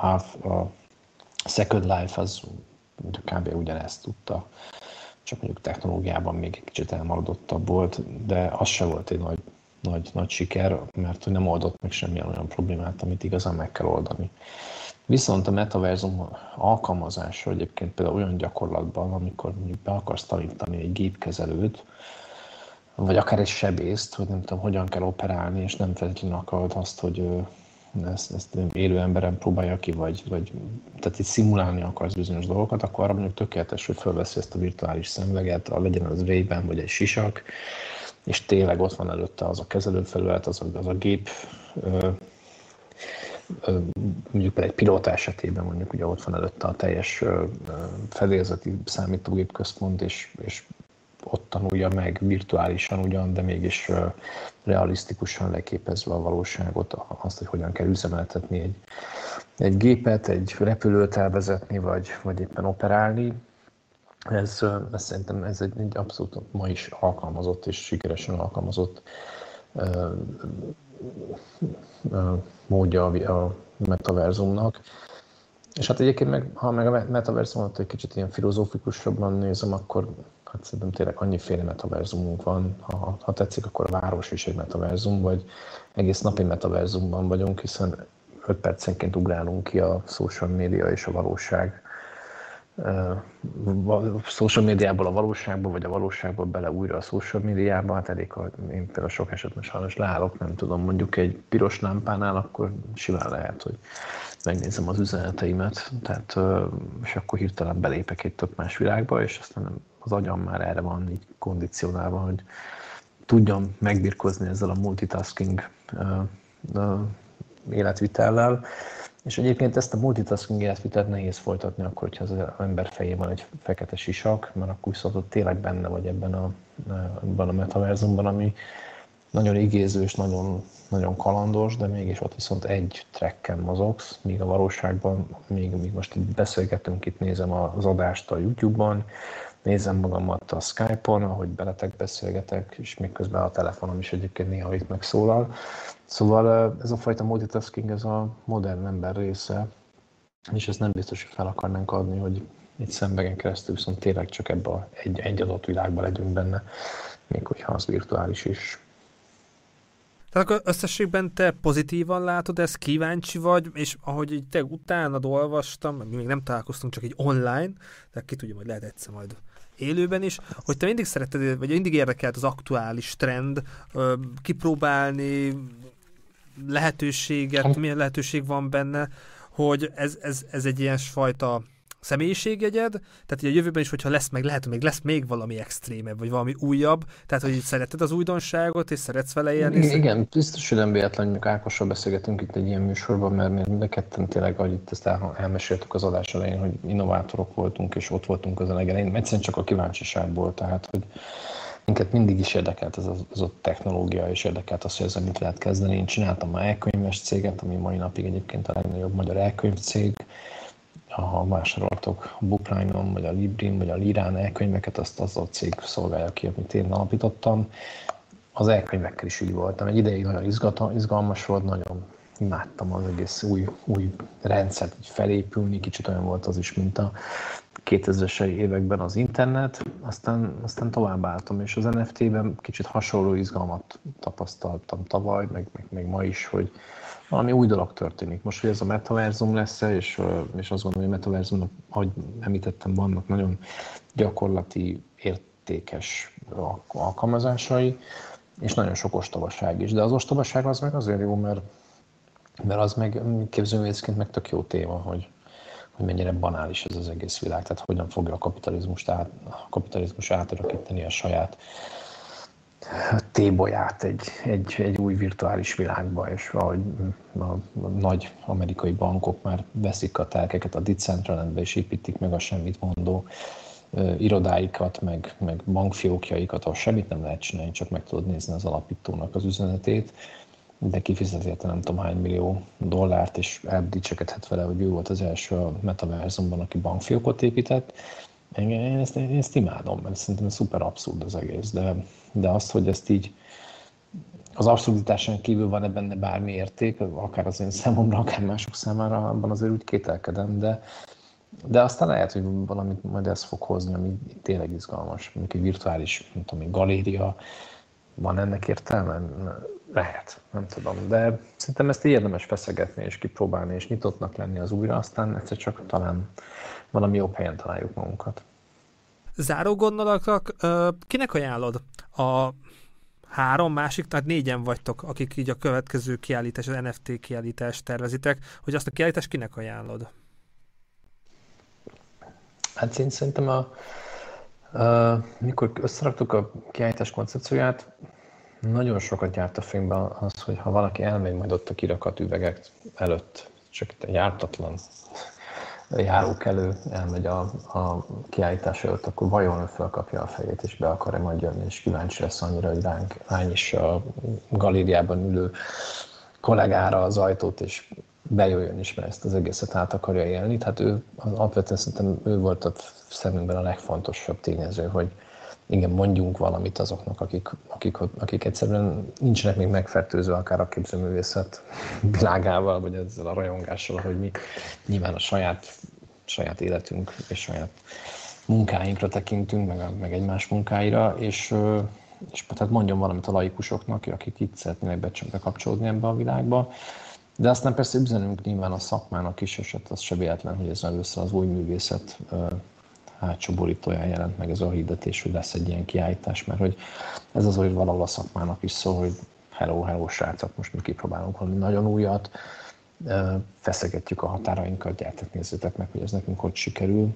Second Life az kb. Ugyanezt tudta, csak mondjuk technológiában még egy kicsit elmaradottabb volt, de az se volt egy nagy siker, mert hogy nem oldott meg semmilyen olyan problémát, amit igazán meg kell oldani. Viszont a metaverzum alkalmazása egyébként például olyan gyakorlatban, amikor mondjuk be akarsz tanítani egy gépkezelőt, vagy akár egy sebészt, hogy nem tudom, hogyan kell operálni, és nem feltétlenül akarod azt, hogy ezt élő emberen próbálja ki, vagy tehát itt szimulálni akarsz bizonyos dolgokat, akkor arra mondjuk tökéletes, hogy felveszi ezt a virtuális szemüveget, legyen az Ray-Ban vagy egy sisak, és tényleg ott van előtte az a kezelőfelület, az a gép, mondjuk egy pilóta esetében mondjuk ugye ott van előtte a teljes fedélzeti számítógépközpont, és ott tanulja meg virtuálisan ugyan, de mégis realisztikusan leképezve a valóságot, azt, hogy hogyan kell üzemeltetni egy gépet, egy repülőt elvezetni, vagy éppen operálni. Ez szerintem ez egy abszolút ma is alkalmazott és sikeresen alkalmazott módja a metaverzumnak. És hát egyébként ha meg a metaverzumot egy kicsit ilyen filozófikusabban nézem, akkor hát szerintem tényleg annyiféle metaverzumunk van. Ha tetszik, akkor a város is egy metaverzum, vagy egész napi metaverzumban vagyunk, hiszen 5 percenként ugrálunk ki a social media és a valóság. Social médiából a valóságba, vagy a valóságból bele újra a social médiába, hát elég, ha én például sok esetben sajnos leállok, nem tudom, mondjuk egy piros lámpánál, akkor simán lehet, hogy megnézem az üzeneteimet, tehát, és akkor hirtelen belépek egy tök más világba, és aztán az agyam már erre van így kondicionálva, hogy tudjam megbirkózni ezzel a multitasking életvitellel. És egyébként ezt a multitasking életvitelt nehéz folytatni akkor, hogyha az ember fejében van egy fekete sisak, mert akkor viszont ott tényleg benne vagy ebben a metaverzumban, ami nagyon igéző és nagyon, nagyon kalandos, de mégis ott viszont egy tracken mozogsz, míg a valóságban, míg most itt beszélgetünk, itt nézem az adást a YouTube-on, nézem magamat a Skype-on, ahogy beletek beszélgetek, és miközben a telefonom is egyébként néha itt megszólal. Szóval ez a fajta multitasking, ez a modern ember része, és ezt nem biztos, hogy fel akarnánk adni, hogy egy szemvegen keresztül viszont tényleg csak ebbe egy adott világban legyünk benne, még hogyha az virtuális is. Tehát akkor összességben te pozitívan látod ezt, kíváncsi vagy, és ahogy így te utánad olvastam, mi még nem találkoztunk, csak így online, de ki tudja, hogy lehet egyszer majd élőben is, hogy te mindig szeretted, vagy mindig érdekelt az aktuális trend, kipróbálni lehetőséget, milyen lehetőség van benne, hogy ez egy ilyen fajta személyiségjegyed, tehát hogy a jövőben is, hogyha lesz meg, lehet, hogy még lesz még valami extrémebb, vagy valami újabb, tehát hogy szereted az újdonságot, és szeretsz vele élni. Igen, biztos, hogy nem véletlen, hogy Ákossal beszélgetünk itt egy ilyen műsorban, mert mind a ketten tényleg, ahogy itt ezt elmeséltük az adás elején, hogy innovátorok voltunk, és ott voltunk az elején. Egyszerűen csak a kíváncsiságból, tehát hogy minket mindig is érdekelt ez az a technológia, és érdekelt az, hogy ezzel mit lehet kezdeni. Én csináltam már elkönyves céget, ami mai napig egyébként a legnagyobb magyar elkönyvcég. Ha vásároltok a Bookline-on, vagy a Librin, vagy a Lirán elkönyveket, azt az a cég szolgálja ki, amit én alapítottam. Az elkönyvekkel is így voltam. Egy ideig nagyon izgalmas volt, nagyon imádtam az egész új rendszert így felépülni, kicsit olyan volt az is, mint a 2000-es években az internet, aztán továbbálltam, és az NFT-ben kicsit hasonló izgalmat tapasztaltam tavaly, meg ma is, hogy valami új dolog történik. Most, hogy ez a metaverzum lesz, és azt gondolom, hogy a metaverzumnak, ahogy említettem, vannak nagyon gyakorlati, értékes alkalmazásai, és nagyon sok ostobaság is. De az ostobaság az meg azért jó, mert az meg képzőművészként meg tök jó téma, hogy mennyire banális ez az egész világ, tehát hogyan fogja a kapitalizmus átörökíteni a saját tébolyát egy új virtuális világba, és ahogy a nagy amerikai bankok már veszik a telkeket a Decentralandbe, és építik meg a semmit mondó irodáikat, meg bankfiókjaikat, ahol semmit nem lehet csinálni, csak meg tudod nézni az alapítónak az üzenetét, de kifizet érte nem tudom hány millió dollárt, és eldicsekedhet vele, hogy ő volt az első a metaverzumban, aki bankfiókot épített. Én ezt imádom, mert szerintem szuper abszurd az egész, de azt, hogy ezt így az abszurditásán kívül van-e benne bármi érték, akár az én számomra, akár mások számára, abban azért úgy kételkedem, de aztán lehet, hogy valamit majd ez fog hozni, ami tényleg izgalmas, mondjuk egy virtuális, nem tudom, egy galéria, van ennek értelme? Lehet, nem tudom, de szerintem ezt érdemes feszegetni és kipróbálni, és nyitottnak lenni az újra, aztán egyszer csak talán valami jobb helyen találjuk magunkat. Záró gondolatok, kinek ajánlod a 3 másik, tehát 4-en vagytok, akik így a következő kiállítás, az NFT kiállítást tervezitek, hogy azt a kiállítást kinek ajánlod? Hát én szerintem mikor összeraktuk a kiállítás koncepcióját, nagyon sokat járt a fényben az, hogy ha valaki elmegy majd ott a kirakat üvegek előtt, csak itt egy jártatlan járókelő elmegy a kiállítás előtt, akkor vajon ő felkapja a fejét és be akar-e majd jönni, és kíváncsi lesz annyira, hogy rány is a galériában ülő kollégára az ajtót, és bejöjjön is, mert ezt az egészet át akarja élni. Tehát alapvetően szerintem ő volt a szemünkben a legfontosabb tényező, hogy igen, mondjunk valamit azoknak, akik egyszerűen nincsenek még megfertőzve akár a képzőművészet világával, vagy ezzel a rajongással, hogy mi nyilván a saját életünk és saját munkáinkra tekintünk, meg egymás munkáira, és tehát mondjon valamit a laikusoknak, akik itt szeretnének bekapcsolódni ebbe a világba. De aztán persze üzenünk nyilván a szakmának is, és az se véletlen, hogy ez először az új művészet hátsó borítóján jelent meg ez a hirdetés, hogy lesz egy ilyen kiállítás, mert hogy ez az, hogy valahol a szakmának is szól, hogy hello srácok, most mi kipróbálunk valami nagyon újat, feszegetjük a határainkat, gyertek, nézzétek meg, hogy ez nekünk hogy sikerül.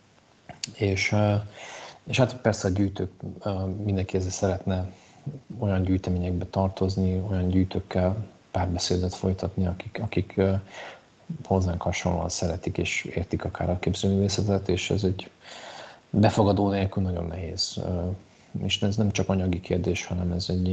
És hát persze a gyűjtők, mindenki ezzel szeretne olyan gyűjteményekbe tartozni, olyan gyűjtőkkel párbeszédet folytatni, akik hozzánk hasonlóan szeretik és értik akár a képzőművészetet, és ez egy befogadó nélkül nagyon nehéz. És ez nem csak anyagi kérdés, hanem ez egy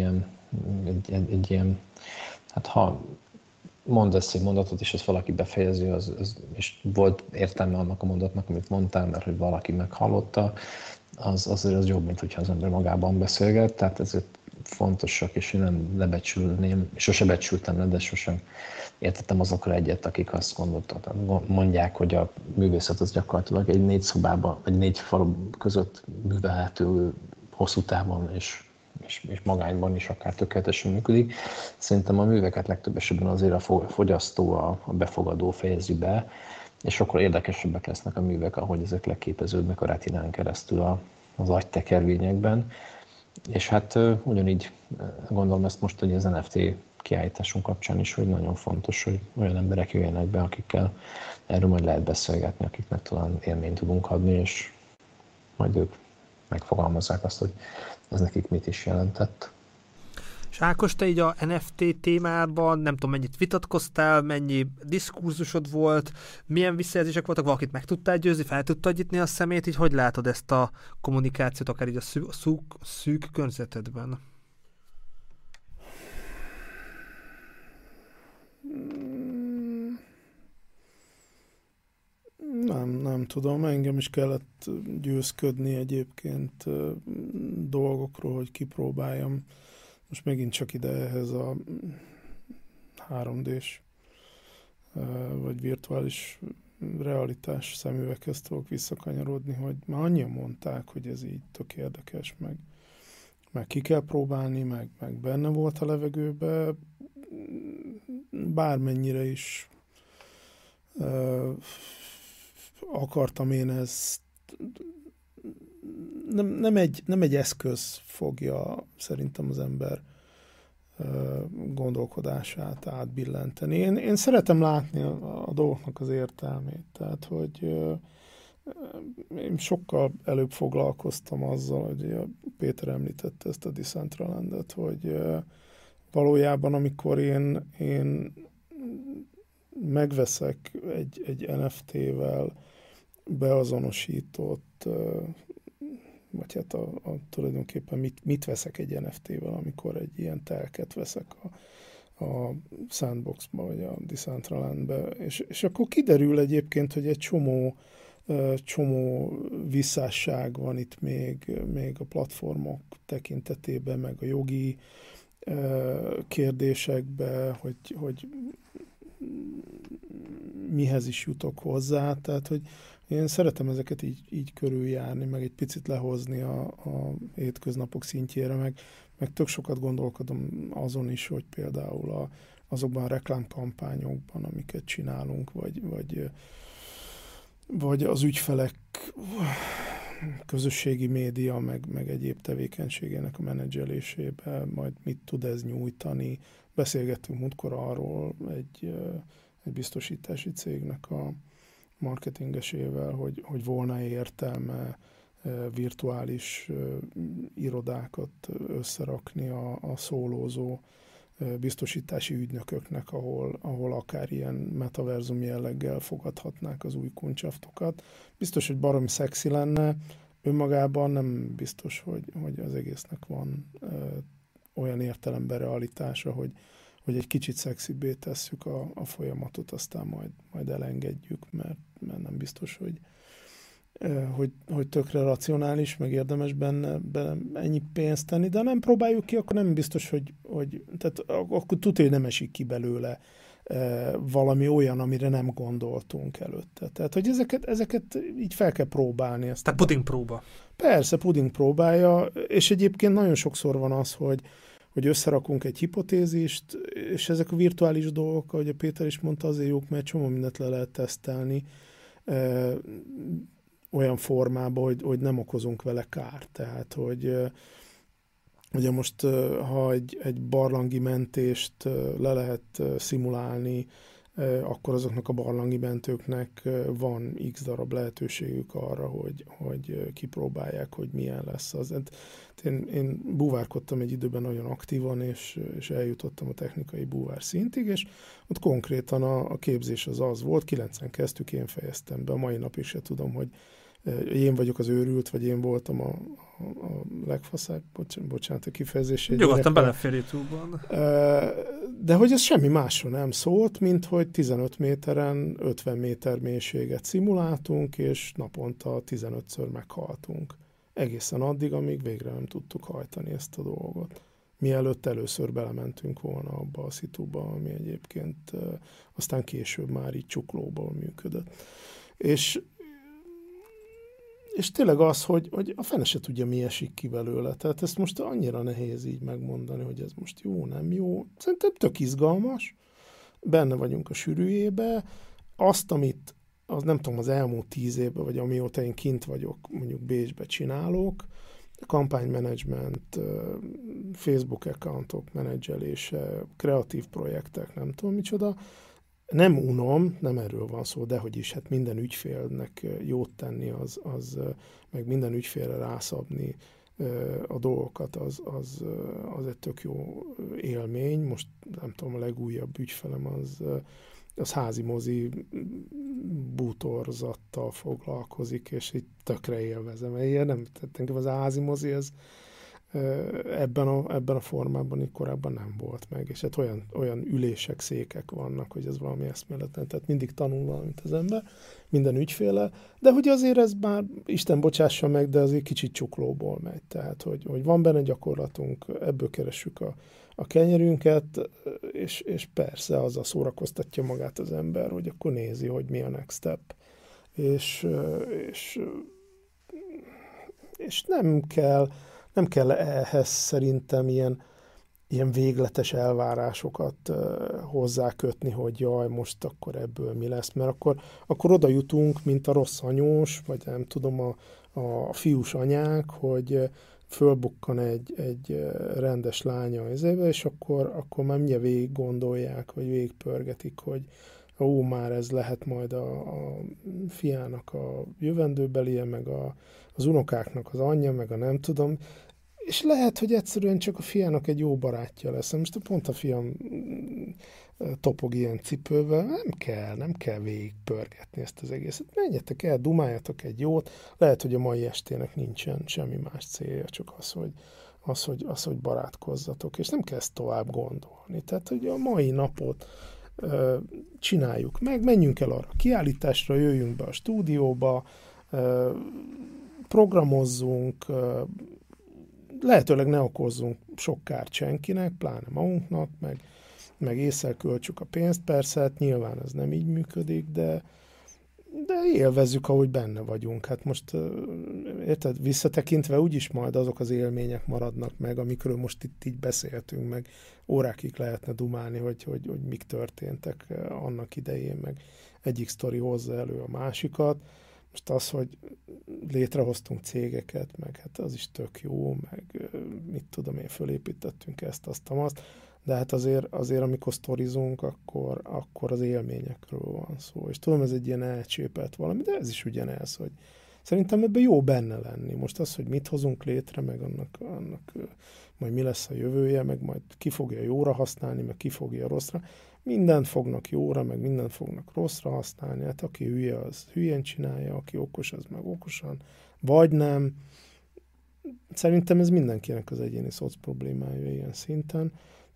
ilyen hát ha mondasz egy mondatot, és ezt valaki befejezi, és volt értelme annak a mondatnak, amit mondtál, mert hogy valaki meghallotta, azért az jobb, mint hogyha az ember magában beszélget, tehát ezért fontosak, és én nem lebecsülném, és sose becsültem le, de sosem értettem azokra egyet, akik azt mondják, hogy a művészet az gyakorlatilag egy 4 szobában, vagy 4 falu között művelhető hosszú távon, és magányban is akár tökéletesen működik. Szerintem a műveket legtöbb esetben azért a fogyasztó, a befogadó fejezi be, és sokkal érdekesebbek lesznek a művek, ahogy ezek leképeződnek a retinán keresztül az agytekervényekben. És hát ugyanígy gondolom ezt most, hogy az NFT kiállításunk kapcsán is, hogy nagyon fontos, hogy olyan emberek jöjjenek be, akikkel erről majd lehet beszélgetni, akiknek talán élményt tudunk adni, és majd ők megfogalmazzák azt, hogy ez nekik mit is jelentett. És Ákos, te így a NFT témában nem tudom, mennyit vitatkoztál, mennyi diskurzusod volt, milyen visszajelzések voltak, valakit meg tudtál győzni, fel tudtad nyitni a szemét, így hogy látod ezt a kommunikációt, akár így a szűk környezetedben? Nem tudom, engem is kellett győzködni egyébként dolgokról, hogy kipróbáljam. Most megint csak ide ehhez a 3D-s vagy virtuális realitás szemüveghez tudok visszakanyarodni, hogy már annyian mondták, hogy ez így tök érdekes, meg ki kell próbálni, meg benne volt a levegőbe, bármennyire is akartam én ezt, nem egy eszköz fogja szerintem az ember gondolkodását átbillenteni. Én szeretem látni a dolgoknak az értelmét, tehát hogy én sokkal előbb foglalkoztam azzal, hogy Péter említette ezt a Decentralandet, hogy valójában amikor én megveszek egy NFT-vel beazonosított, vagy hát tulajdonképpen mit veszek egy NFT-vel, amikor egy ilyen telket veszek a Sandbox-ba, vagy a Decentralandbe, és akkor kiderül egyébként, hogy egy csomó visszásság van itt még a platformok tekintetében, meg a jogi kérdésekben, hogy mihez is jutok hozzá, tehát hogy én szeretem ezeket így körüljárni, meg egy picit lehozni a hétköznapok szintjére, meg tök sokat gondolkodom azon is, hogy például azokban a reklámkampányokban, amiket csinálunk, vagy az ügyfelek közösségi média, meg egyéb tevékenységének a menedzselésében, majd mit tud ez nyújtani. Beszélgettünk múltkor arról egy biztosítási cégnek a marketingesével, hogy volna értelme virtuális irodákat összerakni a szólózó biztosítási ügynököknek, ahol akár ilyen metaverzum jelleggel fogadhatnák az új kuncsaftokat. Biztos, hogy baromi szexi lenne, önmagában nem biztos, hogy az egésznek van olyan értelemben realitása, hogy egy kicsit szexibbé tesszük a folyamatot, aztán majd elengedjük, mert nem biztos, hogy hogy tökre racionális, meg érdemes benne ennyi pénzt tenni, de ha nem próbáljuk ki, akkor nem biztos, hogy tehát akkor tudja, hogy nem esik ki belőle valami olyan, amire nem gondoltunk előtte. Tehát, hogy ezeket így fel kell próbálni. Tehát puding próba. Persze, puding próbálja, és egyébként nagyon sokszor van az, hogy összerakunk egy hipotézist, és ezek a virtuális dolgok, ahogy a Péter is mondta, azért jók, mert csomó mindent le lehet tesztelni olyan formában, hogy nem okozunk vele kárt. Tehát, hogy ugye most, ha egy barlangi mentést le lehet szimulálni, akkor azoknak a barlangi mentőknek van x darab lehetőségük arra, hogy kipróbálják, hogy milyen lesz az. Én búvárkodtam egy időben nagyon aktívan, és eljutottam a technikai búvár szintig, és ott konkrétan a képzés az volt, 9-en kezdtük, én fejeztem be, a mai napig se tudom, hogy én vagyok az őrült, vagy én voltam a legfaszább, bocsánat a kifejezés. Nyugodtan belefér YouTube-ban. De hogy ez semmi másról nem szólt, mint hogy 15 méteren 50 méter mélységet szimuláltunk, és naponta 15-ször meghaltunk. Egészen addig, amíg végre nem tudtuk hajtani ezt a dolgot. Mielőtt először belementünk volna abba a szituba, ami egyébként aztán később már így csuklóból működött. És tényleg az, hogy a fene se tudja, mi esik ki belőle. Tehát ezt most annyira nehéz így megmondani, hogy ez most jó, nem jó. Szerintem tök izgalmas. Benne vagyunk a sűrűjébe. Azt, amit nem tudom, az elmúlt 10 évben, vagy amióta én kint vagyok, mondjuk Bécsbe csinálok, kampánymenedzsment, Facebook accountok menedzselése, kreatív projektek, nem tudom micsoda. Nem unom, nem erről van szó, de hogy is, hát minden ügyfélnek jót tenni, az meg minden ügyfélre rászabni a dolgokat, az egy tök jó élmény. Most nem tudom, a legújabb ügyfelem az házi mozi bútorzattal foglalkozik, és így tökre élvezem. Nem, tehát engem az a házi mozi, ez ebben a formában így korábban nem volt meg, és hát olyan ülések, székek vannak, hogy ez valami eszméletlen, tehát mindig tanul valamit az ember, minden ügyféle, de hogy azért ez már, Isten bocsássa meg, de azért kicsit csuklóból megy, tehát hogy van benne gyakorlatunk, ebből keressük a kenyerünket, és persze azzal szórakoztatja magát az ember, hogy akkor nézi, hogy mi a next step, és nem kell ehhez szerintem ilyen végletes elvárásokat hozzákötni, hogy jaj, most akkor ebből mi lesz, mert akkor oda jutunk, mint a rossz anyós, vagy nem tudom, a fiús anyák, hogy fölbukkan egy rendes lánya az éve, és akkor már mindjárt végig gondolják, vagy végigpörgetik, hogy már ez lehet majd a fiának a jövendőbelie, meg az unokáknak az anyja, meg a nem tudom, és lehet, hogy egyszerűen csak a fiának egy jó barátja lesz. Most pont a fiam topog ilyen cipővel, nem kell végigpörgetni ezt az egészet. Menjetek el, dumáljatok egy jót, lehet, hogy a mai estének nincsen semmi más célja, csak az, hogy barátkozzatok, és nem kell ezt tovább gondolni. Tehát, hogy a mai napot csináljuk meg, menjünk el arra a kiállításra, jöjjünk be a stúdióba, programozzunk, lehetőleg ne okozzunk sok kárt senkinek, pláne magunknak, meg ésszel költsük a pénzt, persze, hát nyilván ez nem így működik, de élvezzük, ahogy benne vagyunk. Hát most, érted, visszatekintve úgyis majd azok az élmények maradnak meg, amikről most itt így beszéltünk, meg órákig lehetne dumálni, hogy mik történtek annak idején, meg egyik sztori hozza elő a másikat. Most az, hogy létrehoztunk cégeket, meg hát az is tök jó, meg mit tudom én, fölépítettünk ezt, azt, de hát azért amikor sztorizunk, akkor az élményekről van szó. És tudom, ez egy ilyen elcsépelt valami, de ez is ugyanez, hogy szerintem ebben jó benne lenni. Most az, hogy mit hozunk létre, meg annak majd mi lesz a jövője, meg majd ki fogja jóra használni, meg ki fogja rosszra. Mindent fognak jóra, meg mindent fognak rosszra használni. Hát aki hülye, az hülyén csinálja, aki okos, az meg okosan, vagy nem. Szerintem ez mindenkinek az egyéni szoc problémája ilyen szinten.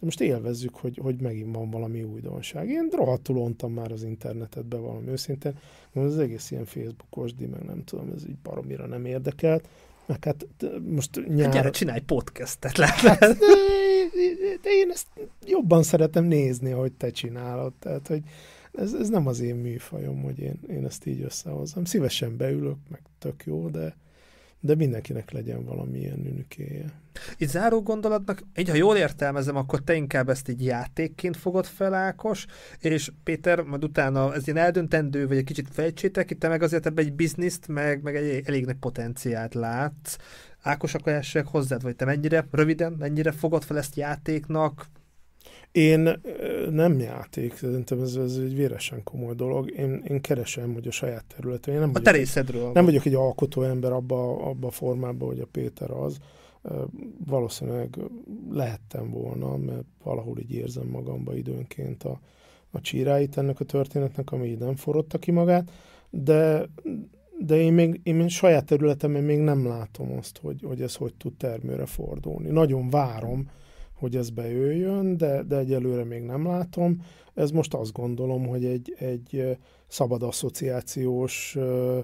de most élvezzük, hogy megint van valami újdonság. Én rohadtul ontam már az internetet be valami őszintén, az egész ilyen Facebookos, meg nem tudom, ez így baromira nem érdekelt. Meg hát most nyár... Gyere, csinálj podcastet, hát, de én ezt jobban szeretem nézni, ahogy te csinálod. Tehát, hogy ez nem az én műfajom, hogy én ezt így összehozzam. Szívesen beülök, meg tök jó, de mindenkinek legyen valamilyen ünükéje. Itt záró gondolatnak, így ha jól értelmezem, akkor te inkább ezt így játékként fogod fel, Ákos, és Péter, majd utána ez ilyen eldöntendő, vagy egy kicsit fejtsétek, itt te meg azért ebben egy bizniszt, meg egy elég nagy potenciált látsz. Ákos, akkor elsőleg hozzád, vagy te mennyire fogod fel ezt játéknak? Én nem játék, szerintem ez egy véresen komoly dolog. Én keresem, hogy a saját területén. A te részedről. Nem vagyok egy alkotó ember abba a formában, hogy a Péter az. Valószínűleg lehettem volna, mert valahol így érzem magamba időnként a csíráit ennek a történetnek, ami így nem forrotta ki magát, de én saját területemben még nem látom azt, hogy ez hogy tud termőre fordulni. Nagyon várom, hogy ez bejöjjön, de egyelőre még nem látom. Ez most azt gondolom, hogy egy szabad asszociációs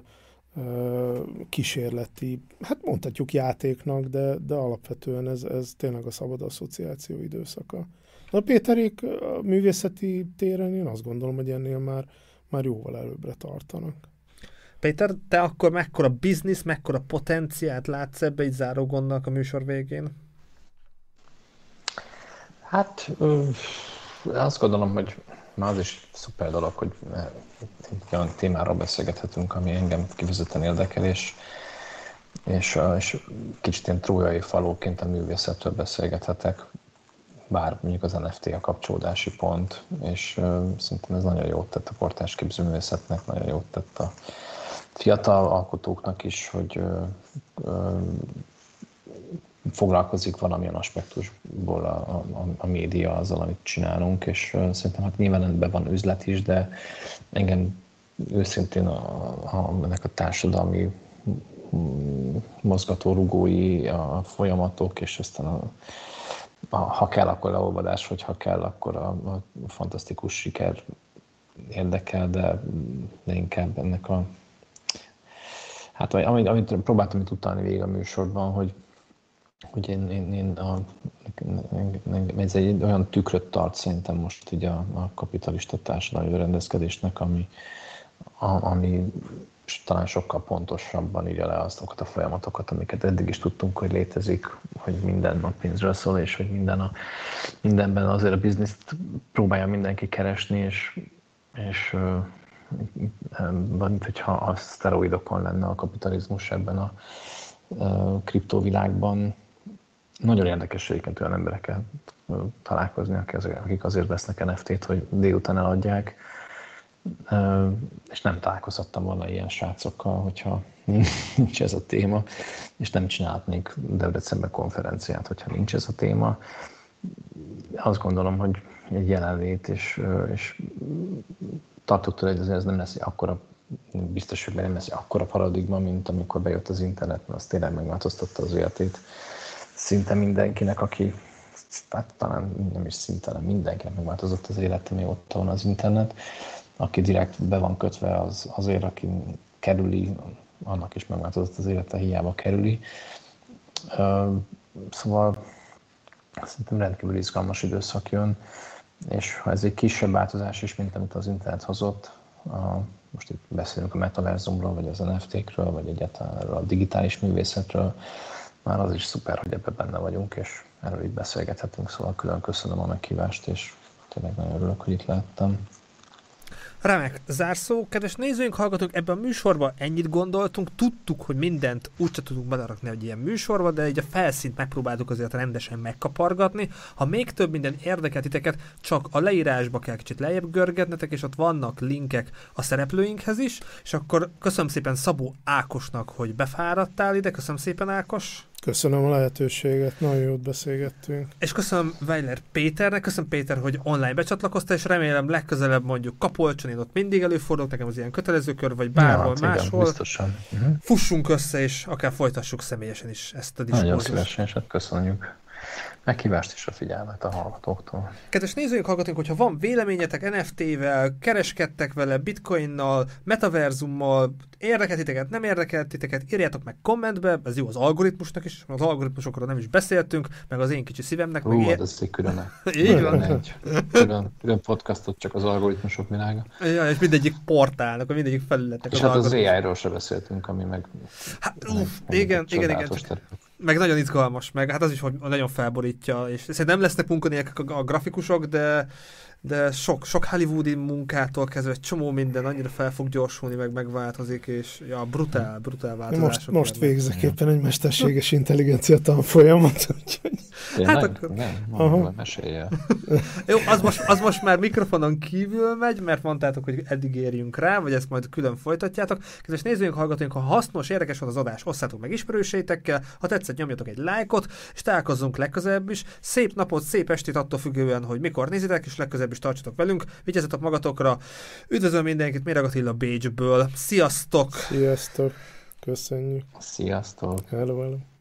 kísérleti, hát mondhatjuk játéknak, de alapvetően ez tényleg a szabad asszociáció időszaka. De a Péterék a művészeti téren én azt gondolom, hogy ennél már jóval előbbre tartanak. Péter, te akkor mekkora biznisz, mekkora potenciált látsz ebbe egy zárógondnak a műsor végén? Hát azt gondolom, hogy már az is szuper dolog, hogy egy olyan témáról beszélgethetünk, ami engem kifejezetten érdekel, és kicsit ilyen trójai falóként a művészetről beszélgethetek, bár mondjuk az NFT a kapcsolódási pont, és szerintem ez nagyon jót tett a portrés képzőművészetnek, nagyon jót tett a fiatal alkotóknak is, hogy foglalkozik valamilyen aspektusból a média azzal, amit csinálunk, és szerintem hát nyilván ebben van üzlet is, de engem őszintén ennek a társadalmi mozgatórugói, a folyamatok, és aztán ha kell, akkor leolvadás, vagy ha kell, akkor a fantasztikus siker érdekel, de inkább ennek hát amit próbáltam itt utalni végig a műsorban, hogy ez egy olyan tükröt tart szerintem most így a kapitalista társadalmi berendezkedésnek, ami talán sokkal pontosabban írja le azokat a folyamatokat, amiket eddig is tudtunk, hogy létezik, hogy minden a pénzről szól, és hogy mindenben azért a bizniszt próbálja mindenki keresni, és mint hogyha a szteroidokon lenne a kapitalizmus ebben a kriptovilágban. Nagyon érdekes egyébként olyan emberekkel találkozni, akik azért vesznek NFT-t, hogy délután eladják, és nem találkozhattam volna ilyen srácokkal, hogyha nincs ez a téma, és nem csinálhatnék Debrecenben konferenciát, hogyha nincs ez a téma. Azt gondolom, hogy egy jelenlét, és tartok tőle, hogy ez nem lesz akkora, biztos, hogy nem lesz akkora paradigma, mint amikor bejött az internet, mert az tényleg megváltoztatta az életét szinte mindenkinek, aki, hát talán nem is szinte, hanem mindenkinek megváltozott az élete, mióta van az internet. Aki direkt be van kötve, azért, aki kerüli, annak is megváltozott az élete, hiába kerüli. Szóval szerintem rendkívül izgalmas időszak jön, és ha ez egy kisebb változás is, mint amit az internet hozott, most itt beszélünk a metaverzumról, vagy az NFT-kről, vagy egyáltalán a digitális művészetről, már az is szuper, hogy ebben benne vagyunk, és erről itt beszélgethetünk, szóval külön köszönöm a meghívást, és tényleg nagyon örülök, hogy itt lehettem. Remek zárszó. Kedves nézőink, hallgatók, ebben a műsorban ennyit gondoltunk, tudtuk, hogy mindent úgyse tudunk belerakni egy ilyen műsorba, de így a felszínt megpróbáltuk azért rendesen megkapargatni. Ha még több minden érdekel titeket, csak a leírásba kell kicsit lejjebb görgetnetek, és ott vannak linkek a szereplőinkhez is, és akkor köszönöm szépen Szabó Ákosnak, hogy befáradtál ide. Köszönöm szépen, Ákos! Köszönöm a lehetőséget, nagyon jót beszélgettünk. És köszönöm Weiler Péternek, köszönöm Péter, hogy online becsatlakoztál, és remélem legközelebb mondjuk Kapolcson, én ott mindig előfordulok, nekem az ilyen kötelező kör, vagy bárhol máshol. Igen, biztosan. Fussunk össze, és akár folytassuk személyesen is ezt a diskurzust. Nagyon szívesen, és hát köszönjük Meghívást is a figyelmet a hallgatóktól. Kedves nézőink, hallgatóink, hogyha van véleményetek NFT-vel, kereskedtek vele, bitcoinnal, metaverzummal, érdekel titeket, nem érdekel titeket, írjátok meg kommentbe, ez jó az algoritmusnak is, az algoritmusokról nem is beszéltünk, meg az én kicsi szívemnek. Ez egy külön podcastot csak az algoritmusok világa. Ja, és mindegyik portálnak, mindegyik felületnek. És hát az AI-ról se beszéltünk, ami meg... Igen. Meg nagyon izgalmas, meg hát az is, hogy nagyon felborítja, és szerintem nem lesznek munkanélkül a grafikusok, de sok hollywoodi munkától kezdve egy csomó minden annyira fel fog gyorsulni, meg megváltozik, és ja, brutál változások. Most végzek éppen egy mesterséges intelligencia tanfolyamot, úgyhogy... Hát akkor... Nem, mesélj el. Jó, az most már mikrofonon kívül megy, mert mondtátok, hogy eddig érjünk rá, vagy ezt majd külön folytatjátok. Kedves nézőink, hallgatóink, ha hasznos, érdekes volt az adás, osszátok meg ismerőseitekkel, ha tetszett, nyomjatok egy lájkot, és találkozzunk legközelebb is. Szép napot, szép estét attól függően, hogy mikor nézitek, és legközelebb is tartsatok velünk. Vigyázzatok magatokra. Üdvözlöm mindenkit, Méreg Attila Bécsből. Sziasztok! Sziasztok! Köszönjük! Sziasztok! Hello.